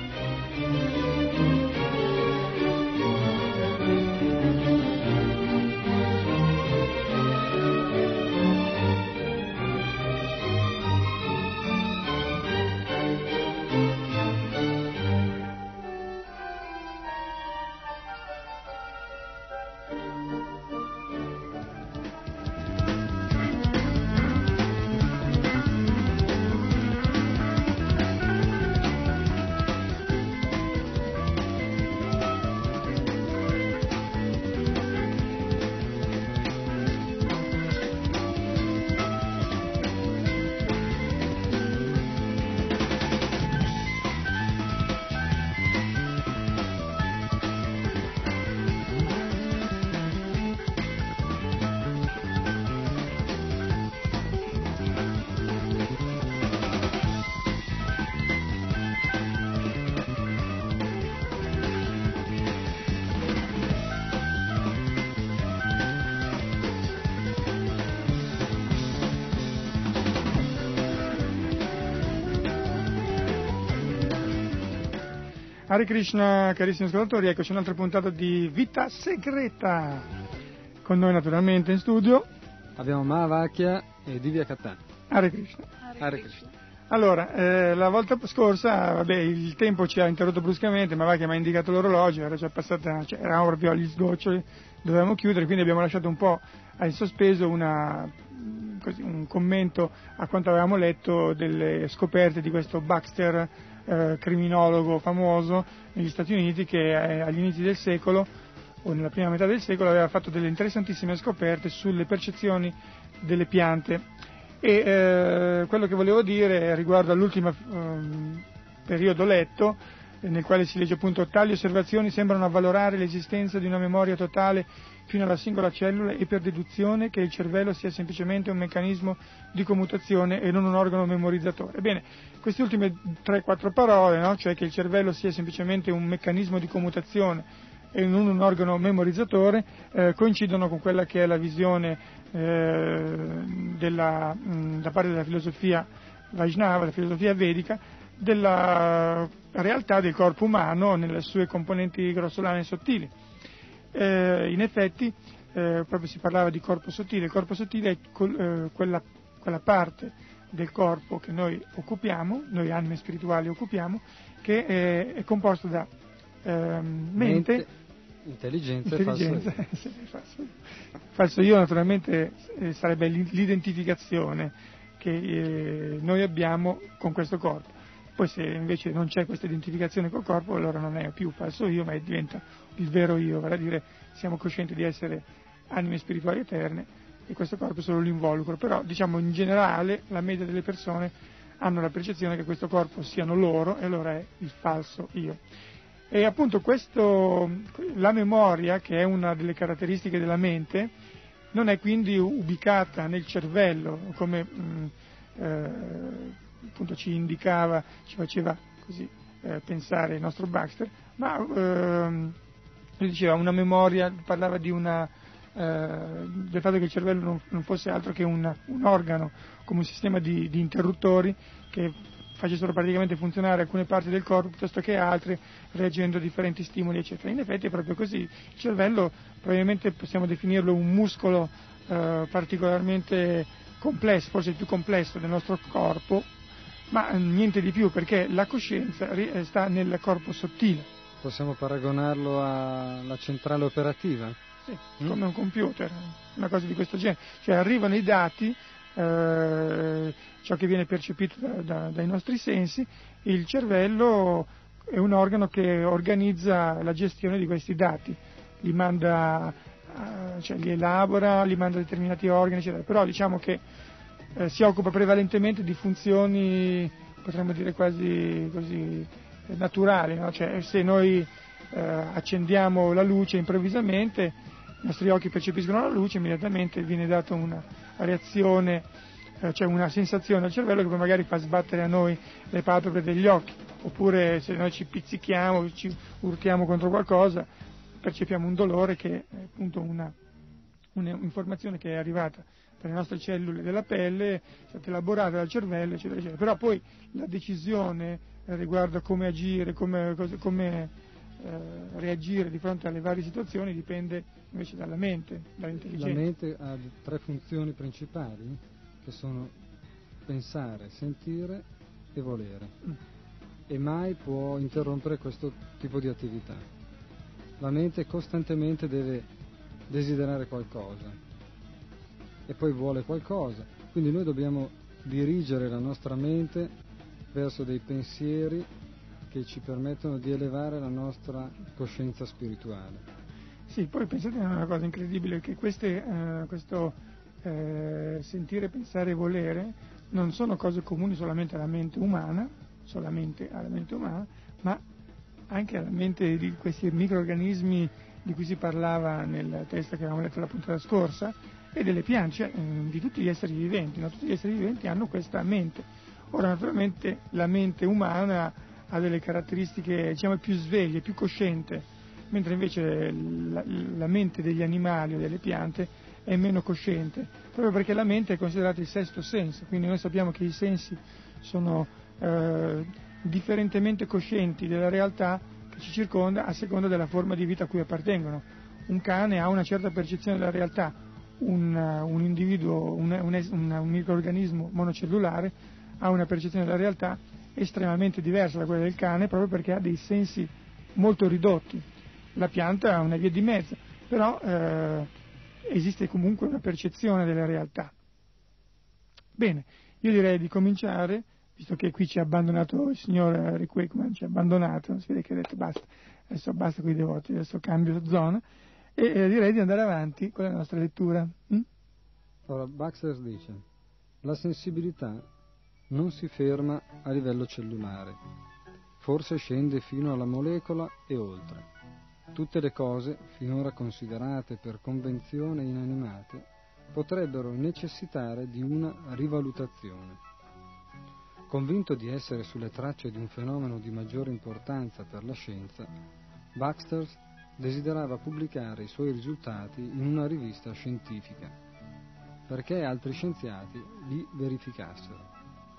Hare Krishna, carissimi ascoltatori, eccoci un'altra puntata di Vita Segreta. Con noi naturalmente in studio abbiamo Mahavakya e Divya Katan. Hare Krishna. Hare Krishna. Allora, eh, la volta scorsa, vabbè, il tempo ci ha interrotto bruscamente, Mahavakya mi ha indicato l'orologio, era già passata, cioè, eravamo proprio agli sgoccioli, dovevamo chiudere, quindi abbiamo lasciato un po' in sospeso una, così, un commento a quanto avevamo letto delle scoperte di questo Baxter, eh, criminologo famoso negli Stati Uniti, che eh, agli inizi del secolo o nella prima metà del secolo aveva fatto delle interessantissime scoperte sulle percezioni delle piante. E eh, quello che volevo dire riguardo all'ultimo eh, periodo letto, nel quale si legge appunto: tali osservazioni sembrano avvalorare l'esistenza di una memoria totale fino alla singola cellula e per deduzione che il cervello sia semplicemente un meccanismo di commutazione e non un organo memorizzatore. Bene, queste ultime tre quattro parole, no? Cioè che il cervello sia semplicemente un meccanismo di commutazione e non un organo memorizzatore, eh, coincidono con quella che è la visione eh, della, mh, da parte della filosofia Vaishnava, la filosofia vedica, della realtà del corpo umano nelle sue componenti grossolane e sottili. Eh, in effetti, eh, proprio si parlava di corpo sottile. Il corpo sottile è col, eh, quella, quella parte del corpo che noi occupiamo, noi anime spirituali occupiamo, che è, è composto da eh, mente, mente, intelligenza, intelligenza e falso io. falso io. Falso io naturalmente eh, sarebbe l'identificazione che eh, noi abbiamo con questo corpo. Poi se invece non c'è questa identificazione col corpo, allora non è più falso io, ma diventa il vero io, vale a dire siamo coscienti di essere anime spirituali eterne e questo corpo è solo l'involucro. Però diciamo in generale la media delle persone hanno la percezione che questo corpo siano loro e allora è il falso io. E appunto questo, la memoria, che è una delle caratteristiche della mente, non è quindi ubicata nel cervello come mh, eh, appunto ci indicava, ci faceva così eh, pensare il nostro Baxter, ma ehm, lui diceva una memoria, parlava di una, eh, del fatto che il cervello non, non fosse altro che una, un organo, come un sistema di, di interruttori che facessero praticamente funzionare alcune parti del corpo piuttosto che altre, reagendo a differenti stimoli, eccetera. In effetti è proprio così. Il cervello probabilmente possiamo definirlo un muscolo eh, particolarmente complesso, forse il più complesso del nostro corpo, ma niente di più, perché la coscienza sta nel corpo sottile. Possiamo paragonarlo alla centrale operativa? Sì, mm? come un computer, una cosa di questo genere. Cioè arrivano i dati, eh, ciò che viene percepito da, da, dai nostri sensi, il cervello è un organo che organizza la gestione di questi dati, li manda, eh, cioè li elabora, li manda a determinati organi, eccetera. Però diciamo che Eh, si occupa prevalentemente di funzioni, potremmo dire quasi così, eh, naturali, no? Cioè, se noi eh, accendiamo la luce improvvisamente, i nostri occhi percepiscono la luce, immediatamente viene data una reazione, eh, cioè una sensazione al cervello che poi magari fa sbattere a noi le palpebre degli occhi, oppure se noi ci pizzichiamo, ci urtiamo contro qualcosa, percepiamo un dolore che è appunto una, un'informazione che è arrivata per le nostre cellule della pelle, è stata elaborata dal cervello, eccetera, eccetera. Però poi la decisione riguardo a come agire, come, come eh, reagire di fronte alle varie situazioni dipende invece dalla mente, dall'intelligenza. La mente ha tre funzioni principali, che sono pensare, sentire e volere, mm. e mai può interrompere questo tipo di attività. La mente costantemente deve desiderare qualcosa e poi vuole qualcosa, quindi noi dobbiamo dirigere la nostra mente verso dei pensieri che ci permettono di elevare la nostra coscienza spirituale. Sì, poi pensate a una cosa incredibile, che queste, eh, questo eh, sentire, pensare e volere non sono cose comuni solamente alla mente umana, solamente alla mente umana, ma anche alla mente di questi microorganismi di cui si parlava nel testo che avevamo letto la puntata scorsa, e delle piante, cioè, di tutti gli esseri viventi, no? Tutti gli esseri viventi hanno questa mente. Ora naturalmente la mente umana ha delle caratteristiche, diciamo, più sveglie, più cosciente, mentre invece la, la mente degli animali o delle piante è meno cosciente, proprio perché la mente è considerata il sesto senso, quindi noi sappiamo che i sensi sono eh, differentemente coscienti della realtà che ci circonda a seconda della forma di vita a cui appartengono. Un cane ha una certa percezione della realtà, un, un individuo, un, un, un, un microorganismo monocellulare ha una percezione della realtà estremamente diversa da quella del cane, proprio perché ha dei sensi molto ridotti. La pianta ha una via di mezzo, però eh, esiste comunque una percezione della realtà. Bene, io direi di cominciare, visto che qui ci ha abbandonato il signor Rick Wakeman, ci ha abbandonato, si vede che ha detto basta, adesso basta con i devoti, adesso cambio zona, e eh, direi di andare avanti con la nostra lettura. Mm? Ora, Baxter dice: la sensibilità non si ferma a livello cellulare, forse scende fino alla molecola e oltre. Tutte le cose, finora considerate per convenzione inanimate, potrebbero necessitare di una rivalutazione. Convinto di essere sulle tracce di un fenomeno di maggiore importanza per la scienza, Baxter desiderava pubblicare i suoi risultati in una rivista scientifica, perché altri scienziati li verificassero.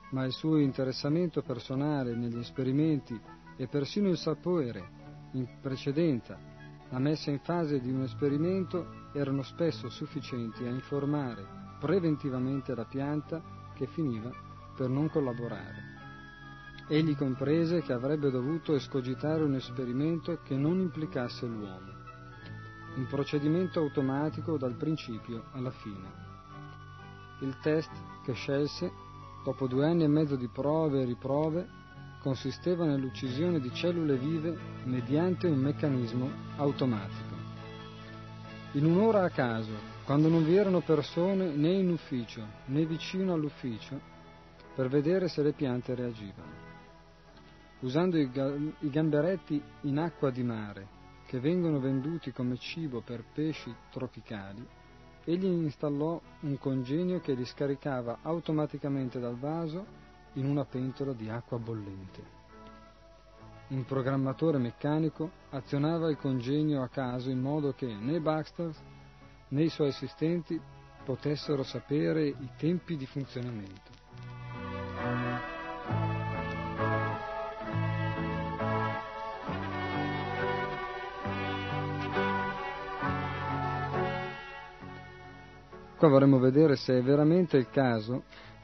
ma il suo interessamento personale negli esperimenti e persino il sapere in precedenza, la messa in fase di un esperimento erano spesso sufficienti a informare preventivamente la pianta che finiva per non collaborare. Egli comprese che avrebbe dovuto escogitare un esperimento che non implicasse l'uomo, un procedimento automatico dal principio alla fine. Il test che scelse, dopo due anni e mezzo di prove e riprove, consisteva nell'uccisione di cellule vive mediante un meccanismo automatico. In un'ora a caso, quando non vi erano persone né in ufficio né vicino all'ufficio, per vedere se le piante reagivano. Usando i, ga- i gamberetti in acqua di mare, che vengono venduti come cibo per pesci tropicali, egli installò un congegno che li scaricava automaticamente dal vaso in una pentola di acqua bollente. Un programmatore meccanico azionava il congegno a caso in modo che né Baxter né i suoi assistenti potessero sapere i tempi di funzionamento. Qua vorremmo vedere se è veramente il caso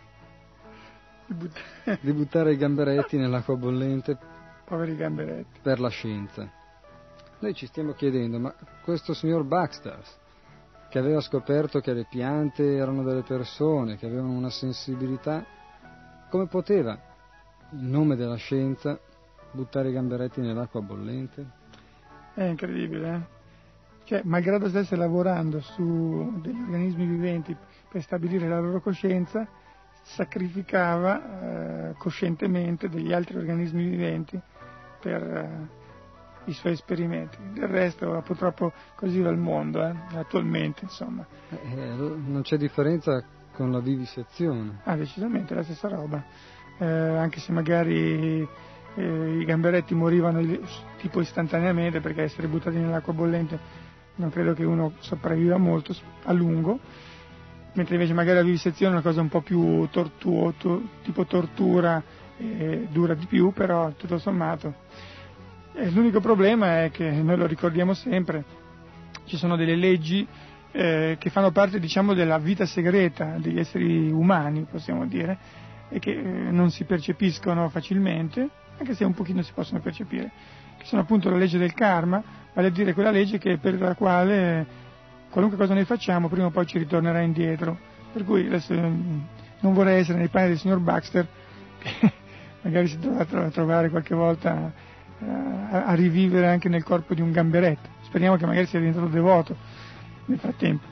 di buttare i gamberetti nell'acqua bollente. Poveri gamberetti. Per la scienza. Noi ci stiamo chiedendo, ma questo signor Baxter, che aveva scoperto che le piante erano delle persone, che avevano una sensibilità, come poteva, in nome della scienza, buttare i gamberetti nell'acqua bollente? È incredibile, eh? Cioè, malgrado stesse lavorando su degli organismi viventi per stabilire la loro coscienza, sacrificava eh, coscientemente degli altri organismi viventi per eh, i suoi esperimenti. Del resto purtroppo così va il mondo, eh, attualmente, insomma. Eh, non c'è differenza con la vivisezione. Ah, decisamente è la stessa roba, eh, anche se magari eh, i gamberetti morivano tipo istantaneamente, perché essere buttati nell'acqua bollente non credo che uno sopravviva molto a lungo, mentre invece magari la vivisezione è una cosa un po' più tortuosa, tipo tortura, eh, dura di più, però tutto sommato. E l'unico problema è che, noi lo ricordiamo sempre, ci sono delle leggi eh, che fanno parte, diciamo, della vita segreta degli esseri umani, possiamo dire, e che eh, non si percepiscono facilmente, anche se un pochino si possono percepire, che sono appunto la legge del karma, vale a dire quella legge che, per la quale qualunque cosa noi facciamo prima o poi ci ritornerà indietro. Per cui adesso non vorrei essere nei panni del signor Baxter, che magari si dovrà trovare qualche volta a, a rivivere anche nel corpo di un gamberetto. Speriamo che magari sia diventato devoto nel frattempo.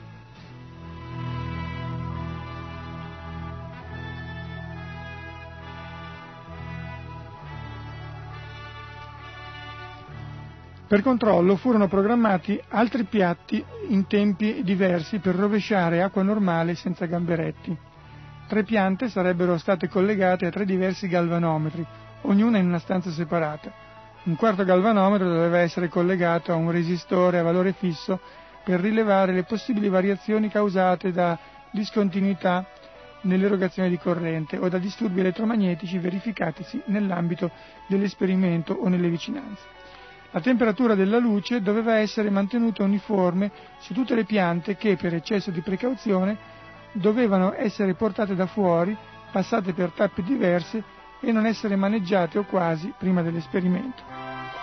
Per controllo furono programmati altri piatti in tempi diversi per rovesciare acqua normale senza gamberetti. Tre piante sarebbero state collegate a tre diversi galvanometri, ognuna in una stanza separata. Un quarto galvanometro doveva essere collegato a un resistore a valore fisso per rilevare le possibili variazioni causate da discontinuità nell'erogazione di corrente o da disturbi elettromagnetici verificatisi nell'ambito dell'esperimento o nelle vicinanze. La temperatura della luce doveva essere mantenuta uniforme su tutte le piante che, per eccesso di precauzione, dovevano essere portate da fuori, passate per tappe diverse e non essere maneggiate o quasi prima dell'esperimento.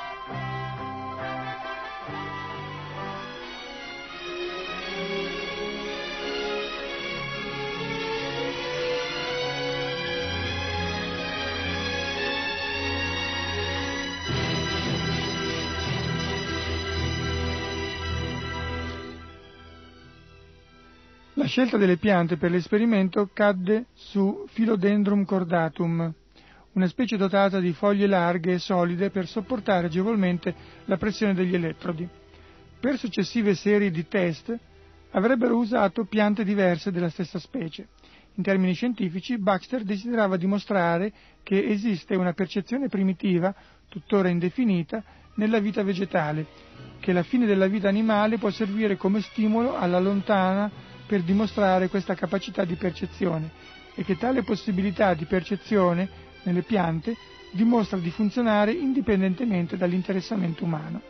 La scelta delle piante per l'esperimento cadde su Philodendron cordatum, una specie dotata di foglie larghe e solide per sopportare agevolmente la pressione degli elettrodi. Per successive serie di test avrebbero usato piante diverse della stessa specie. In termini scientifici, Baxter desiderava dimostrare che esiste una percezione primitiva, tuttora indefinita, nella vita vegetale, che la fine della vita animale può servire come stimolo alla lontana per dimostrare questa capacità di percezione e che tale possibilità di percezione nelle piante dimostra di funzionare indipendentemente dall'interessamento umano.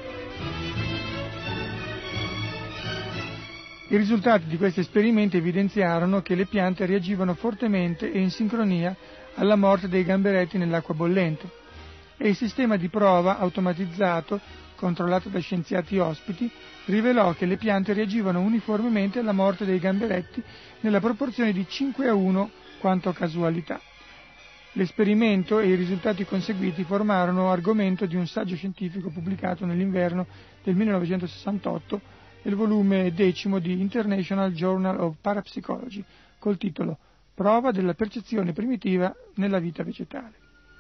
I risultati di questi esperimenti evidenziarono che le piante reagivano fortemente e in sincronia alla morte dei gamberetti nell'acqua bollente e il sistema di prova automatizzato, controllato da scienziati ospiti, rivelò che le piante reagivano uniformemente alla morte dei gamberetti nella proporzione di cinque a uno quanto a casualità. L'esperimento e i risultati conseguiti formarono argomento di un saggio scientifico pubblicato nell'inverno del millenovecentosessantotto nel volume decimo di International Journal of Parapsychology, col titolo Prova della percezione primitiva nella vita vegetale.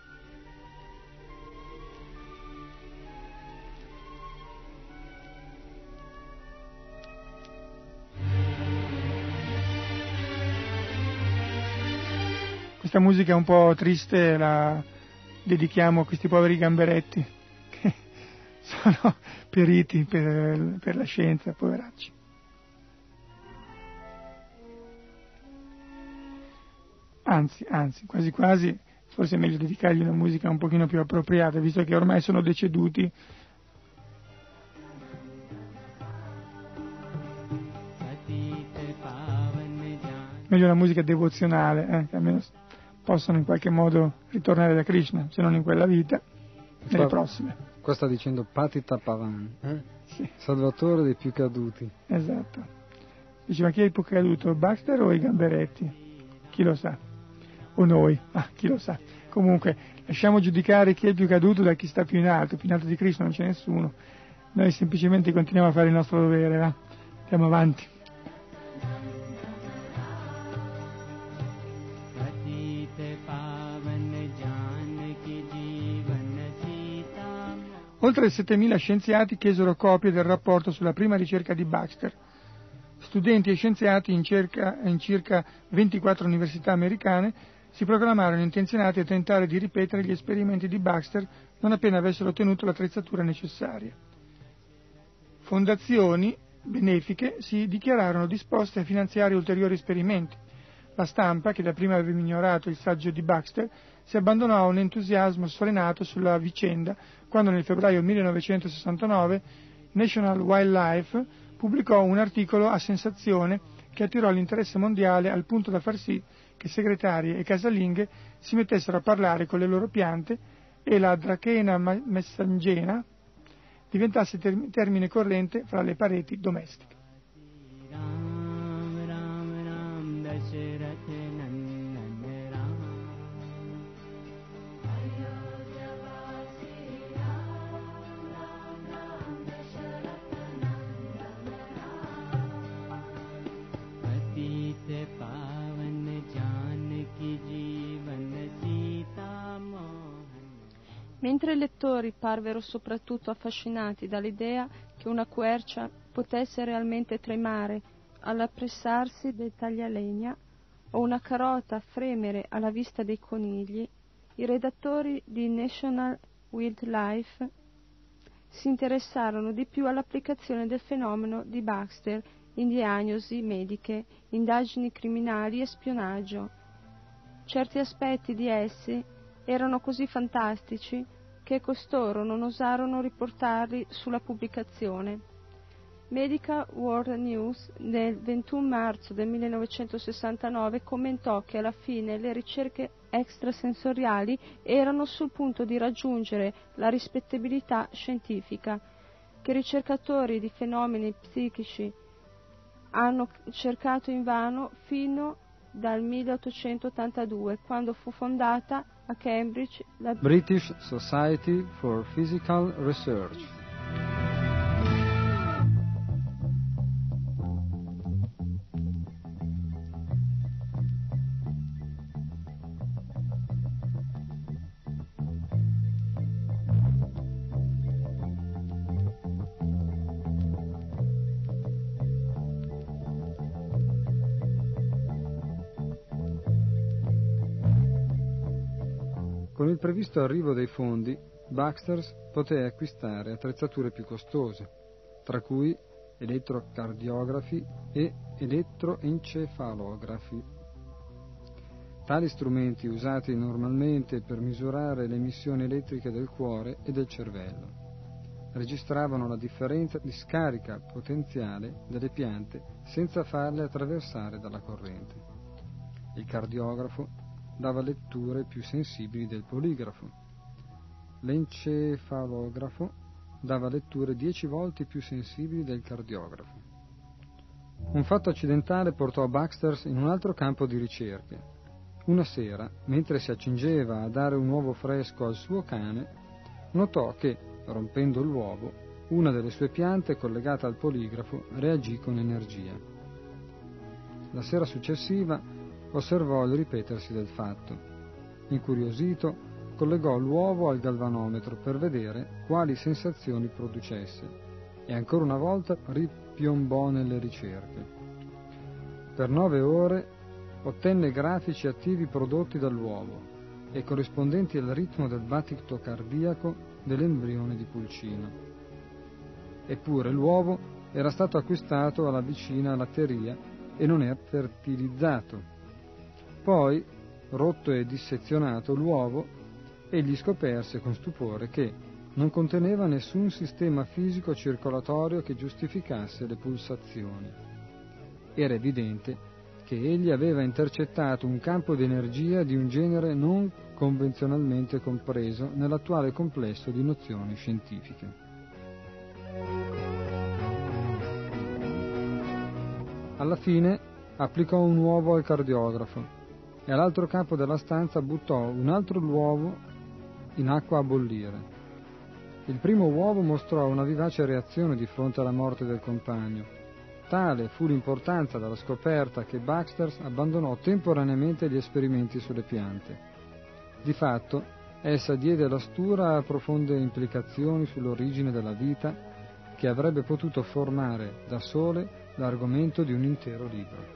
Questa musica un po' triste la dedichiamo a questi poveri gamberetti che sono periti per, per la scienza, poveracci. Anzi, anzi, quasi quasi, forse è meglio dedicargli una musica un pochino più appropriata, visto che ormai sono deceduti. Meglio una musica devozionale, eh, che almeno possono in qualche modo ritornare da Krishna, se non in quella vita, nelle qua, prossime. Qua sta dicendo Patita Pavan, eh? Sì. Salvatore dei più caduti. Esatto. Dice, ma chi è il più caduto, Baxter o i gamberetti? Chi lo sa? O noi? Ah, chi lo sa. Comunque, lasciamo giudicare chi è il più caduto da chi sta più in alto. Più in alto di Krishna non c'è nessuno. Noi semplicemente continuiamo a fare il nostro dovere, va? Andiamo avanti. Oltre settemila scienziati chiesero copie del rapporto sulla prima ricerca di Baxter. Studenti e scienziati in circa, in circa ventiquattro università americane si proclamarono intenzionati a tentare di ripetere gli esperimenti di Baxter non appena avessero ottenuto l'attrezzatura necessaria. Fondazioni benefiche si dichiararono disposte a finanziare ulteriori esperimenti. La stampa, che dapprima aveva ignorato il saggio di Baxter, si abbandonò a un entusiasmo sfrenato sulla vicenda quando nel febbraio millenovecentosessantanove National Wildlife pubblicò un articolo a sensazione che attirò l'interesse mondiale al punto da far sì che segretarie e casalinghe si mettessero a parlare con le loro piante e la Dracena messangena diventasse term- termine corrente fra le pareti domestiche. Mentre i lettori parvero soprattutto affascinati dall'idea che una quercia potesse realmente tremare all'appressarsi del taglialegna o una carota fremere alla vista dei conigli, i redattori di National Wildlife si interessarono di più all'applicazione del fenomeno di Baxter in diagnosi mediche, indagini criminali e spionaggio. Certi aspetti di essi erano così fantastici che costoro non osarono riportarli sulla pubblicazione. Medical World News del ventuno marzo del millenovecentosessantanove commentò che alla fine le ricerche extrasensoriali erano sul punto di raggiungere la rispettabilità scientifica, che i ricercatori di fenomeni psichici hanno cercato invano fino dal milleottocentottantadue, quando fu fondata a Cambridge la British Society for Physical Research. Con il previsto arrivo dei fondi, Baxter poté acquistare attrezzature più costose, tra cui elettrocardiografi e elettroencefalografi. Tali strumenti usati normalmente per misurare le emissioni elettriche del cuore e del cervello registravano la differenza di scarica potenziale delle piante senza farle attraversare dalla corrente. Il cardiografo dava letture più sensibili del poligrafo. L'encefalografo dava letture dieci volte più sensibili del cardiografo. Un fatto accidentale portò Baxter in un altro campo di ricerche. Una sera, mentre si accingeva a dare un uovo fresco al suo cane, notò che, rompendo l'uovo, una delle sue piante collegata al poligrafo reagì con energia. La sera successiva osservò il ripetersi del fatto. Incuriosito, collegò l'uovo al galvanometro per vedere quali sensazioni producesse e ancora una volta ripiombò nelle ricerche. Per nove ore ottenne grafici attivi prodotti dall'uovo e corrispondenti al ritmo del battito cardiaco dell'embrione di pulcino. Eppure l'uovo era stato acquistato alla vicina latteria e non era fertilizzato. Poi, rotto e dissezionato l'uovo, egli scoperse con stupore che non conteneva nessun sistema fisico circolatorio che giustificasse le pulsazioni. Era evidente che egli aveva intercettato un campo di energia di un genere non convenzionalmente compreso nell'attuale complesso di nozioni scientifiche. Alla fine applicò un uovo al cardiografo e all'altro capo della stanza buttò un altro uovo in acqua a bollire. Il primo uovo mostrò una vivace reazione di fronte alla morte del compagno. Tale fu l'importanza della scoperta che Baxter abbandonò temporaneamente gli esperimenti sulle piante. Di fatto, essa diede la stura a profonde implicazioni sull'origine della vita che avrebbe potuto formare da sole l'argomento di un intero libro.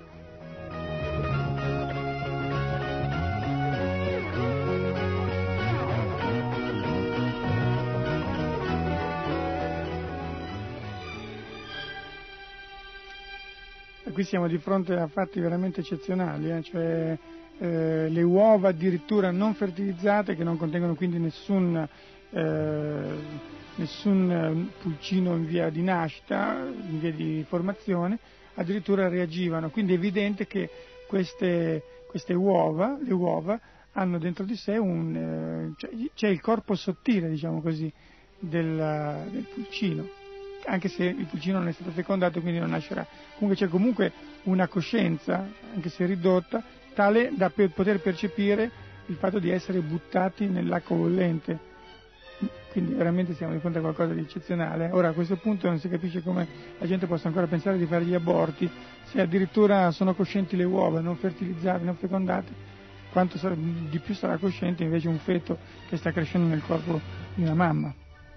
Qui siamo di fronte a fatti veramente eccezionali, eh? cioè eh, le uova addirittura non fertilizzate, che non contengono quindi nessun, eh, nessun pulcino in via di nascita, in via di formazione, addirittura reagivano. Quindi è evidente che queste, queste uova, le uova, hanno dentro di sé un, eh, cioè, c'è il corpo sottile, diciamo così, del, del pulcino, anche se il pulcino non è stato fecondato, quindi non nascerà. Comunque c'è comunque una coscienza, anche se ridotta, tale da per poter percepire il fatto di essere buttati nell'acqua bollente. Quindi veramente siamo di fronte a qualcosa di eccezionale. Ora a questo punto non si capisce come la gente possa ancora pensare di fare gli aborti, se addirittura sono coscienti le uova non fertilizzate, non fecondate, quanto sarà, di più sarà cosciente invece un feto che sta crescendo nel corpo di una mamma.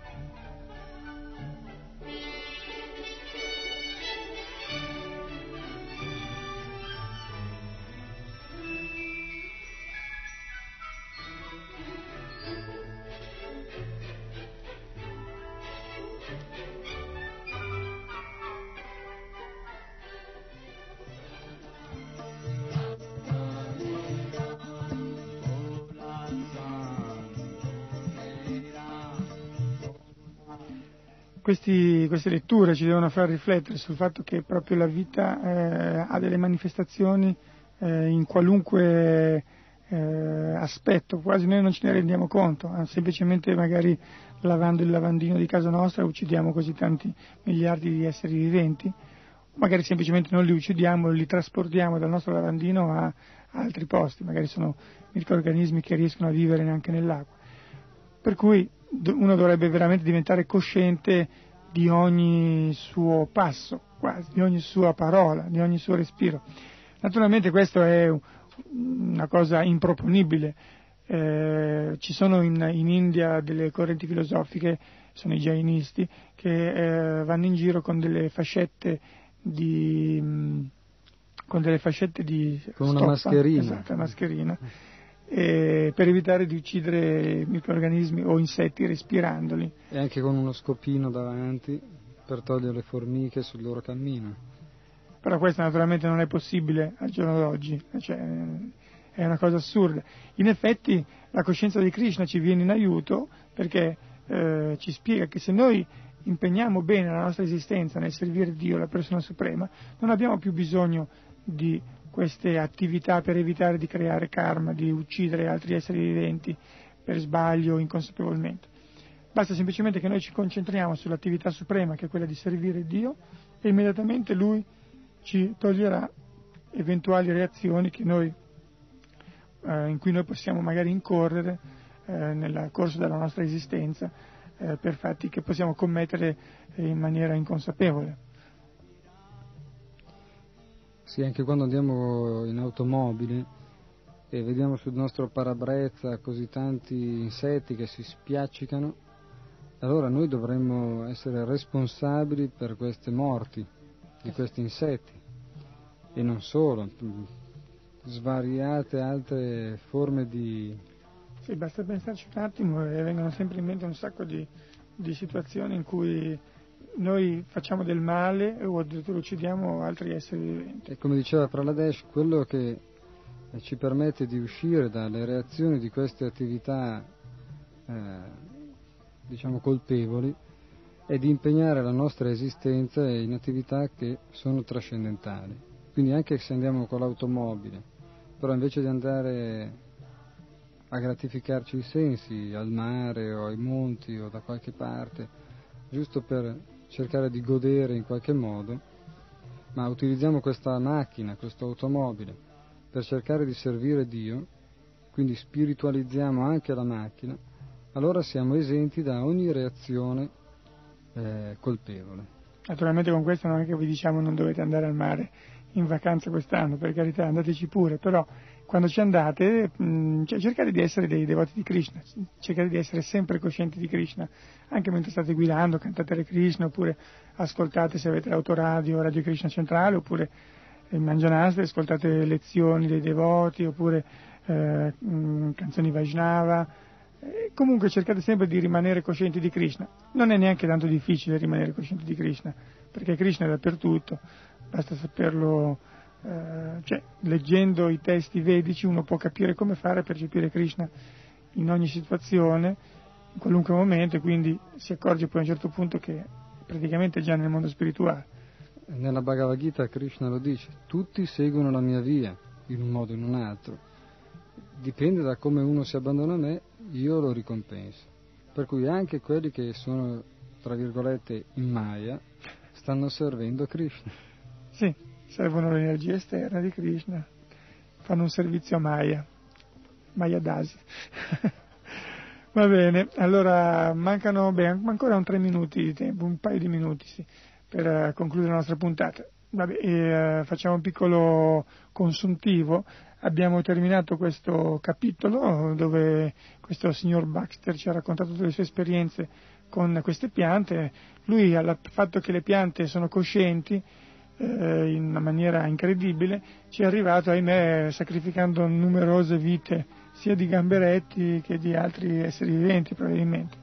Questi, queste letture ci devono far riflettere sul fatto che proprio la vita eh, ha delle manifestazioni eh, in qualunque eh, aspetto, quasi noi non ce ne rendiamo conto, eh, semplicemente magari lavando il lavandino di casa nostra uccidiamo così tanti miliardi di esseri viventi, magari semplicemente non li uccidiamo, li trasportiamo dal nostro lavandino a, a altri posti, magari sono microrganismi che riescono a vivere neanche nell'acqua. Per cui uno dovrebbe veramente diventare cosciente di ogni suo passo, quasi, di ogni sua parola, di ogni suo respiro. Naturalmente questo è una cosa improponibile. Eh, ci sono in, in India delle correnti filosofiche, sono i jainisti, che eh, vanno in giro con delle fascette di mh, con delle fascette di con stoffa, una mascherina, esatto, mascherina. Eh, per evitare di uccidere microrganismi o insetti respirandoli. E anche con uno scopino davanti per togliere le formiche sul loro cammino. però questo naturalmente non è possibile al giorno d'oggi, cioè, è una cosa assurda. In effetti la coscienza di Krishna ci viene in aiuto perché eh, ci spiega che se noi impegniamo bene la nostra esistenza nel servire Dio, la persona suprema, non abbiamo più bisogno di queste attività per evitare di creare karma, di uccidere altri esseri viventi per sbaglio o inconsapevolmente. Basta semplicemente che noi ci concentriamo sull'attività suprema, che è quella di servire Dio, e immediatamente Lui ci toglierà eventuali reazioni che noi, eh, in cui noi possiamo magari incorrere eh, nel corso della nostra esistenza eh, per fatti che possiamo commettere eh, in maniera inconsapevole. Sì, anche quando andiamo in automobile e vediamo sul nostro parabrezza così tanti insetti che si spiaccicano, allora noi dovremmo essere responsabili per queste morti di questi insetti, e non solo, svariate altre forme di... Sì, basta pensarci un attimo e vengono sempre in mente un sacco di, di situazioni in cui noi facciamo del male o addirittura uccidiamo altri esseri viventi. E come diceva Praladesh, quello che ci permette di uscire dalle reazioni di queste attività eh, diciamo colpevoli è di impegnare la nostra esistenza in attività che sono trascendentali. Quindi anche se andiamo con l'automobile, però invece di andare a gratificarci i sensi al mare o ai monti o da qualche parte, giusto per cercare di godere in qualche modo, ma utilizziamo questa macchina, questa automobile, per cercare di servire Dio, quindi spiritualizziamo anche la macchina, allora siamo esenti da ogni reazione eh, colpevole. Naturalmente con questo non è che vi diciamo non dovete andare al mare in vacanza quest'anno, per carità, andateci pure, però quando ci andate mh, cioè, cercate di essere dei devoti di Krishna, cercate di essere sempre coscienti di Krishna, anche mentre state guidando, cantate le Krishna, oppure ascoltate, se avete l'autoradio, Radio Krishna Centrale, oppure in Mangianastre, ascoltate lezioni dei devoti, oppure eh, mh, canzoni Vaishnava. Eh, comunque cercate sempre di rimanere coscienti di Krishna. Non è neanche tanto difficile rimanere coscienti di Krishna, perché Krishna è dappertutto, basta saperlo, eh, cioè leggendo i testi vedici uno può capire come fare a percepire Krishna in ogni situazione, in qualunque momento, e quindi si accorge poi a un certo punto che è praticamente già nel mondo spirituale. Nella Bhagavad Gita Krishna lo dice, tutti seguono la mia via, in un modo o in un altro. Dipende da come uno si abbandona a me, io lo ricompenso. Per cui anche quelli che sono, tra virgolette, in Maya, stanno servendo Krishna. Sì, servono l'energia esterna di Krishna, fanno un servizio a Maya, Maya Dasi. Va bene, allora mancano beh, ancora un tre minuti di tempo, un paio di minuti sì, per uh, concludere la nostra puntata. Vabbè, e, uh, facciamo un piccolo consuntivo. Abbiamo terminato questo capitolo dove questo signor Baxter ci ha raccontato tutte le sue esperienze con queste piante. Lui, al fatto che le piante sono coscienti eh, in una maniera incredibile, ci è arrivato, ahimè, sacrificando numerose vite sia di gamberetti che di altri esseri viventi probabilmente.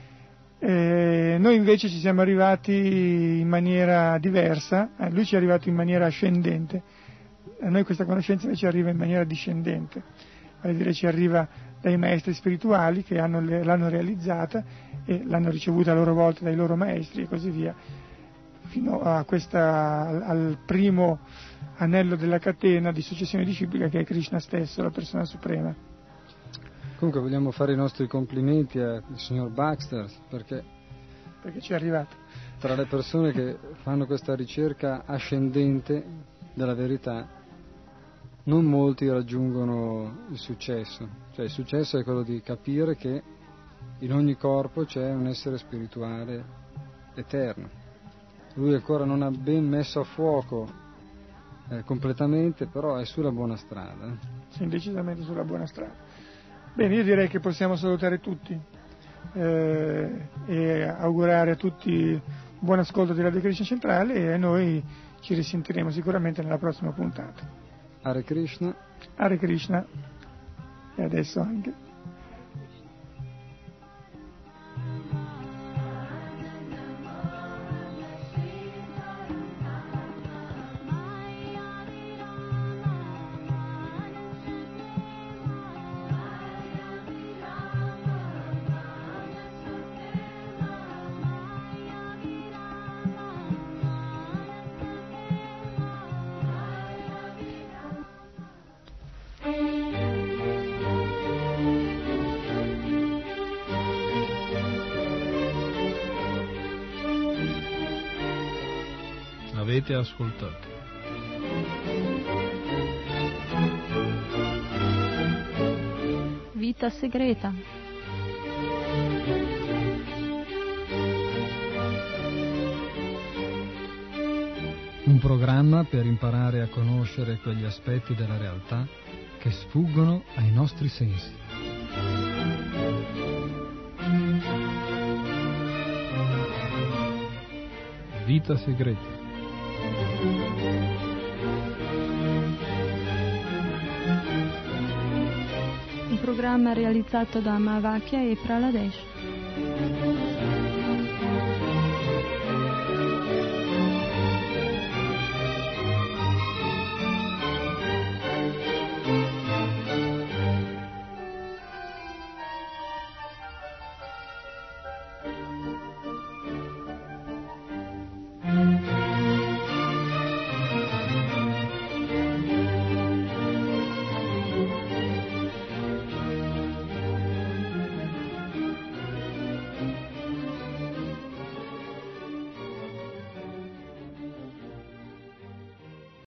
Eh, noi invece ci siamo arrivati in maniera diversa, eh, lui ci è arrivato in maniera ascendente. A noi questa conoscenza invece arriva in maniera discendente, vale a dire ci arriva dai maestri spirituali che hanno, l'hanno realizzata e l'hanno ricevuta a loro volta dai loro maestri e così via, fino a questa, al primo anello della catena di successione disciplica che è Krishna stesso, la persona suprema. Comunque vogliamo fare i nostri complimenti al signor Baxter perché, perché ci è arrivato. Tra le persone che fanno questa ricerca ascendente della verità, non molti raggiungono il successo. Cioè il successo è quello di capire che in ogni corpo c'è un essere spirituale eterno. Lui ancora non ha ben messo a fuoco eh, completamente, però è sulla buona strada. Eh? Sì, decisamente sulla buona strada. Bene, io direi che possiamo salutare tutti eh, e augurare a tutti buon ascolto di Radio Krishna Centrale e noi ci risentiremo sicuramente nella prossima puntata. Hare Krishna. Hare Krishna. E adesso anche. avete ascoltato. Vita segreta. Un programma per imparare a conoscere quegli aspetti della realtà che sfuggono ai nostri sensi. Vita segreta. Un programma realizzato da Mahavakia e Praladesh.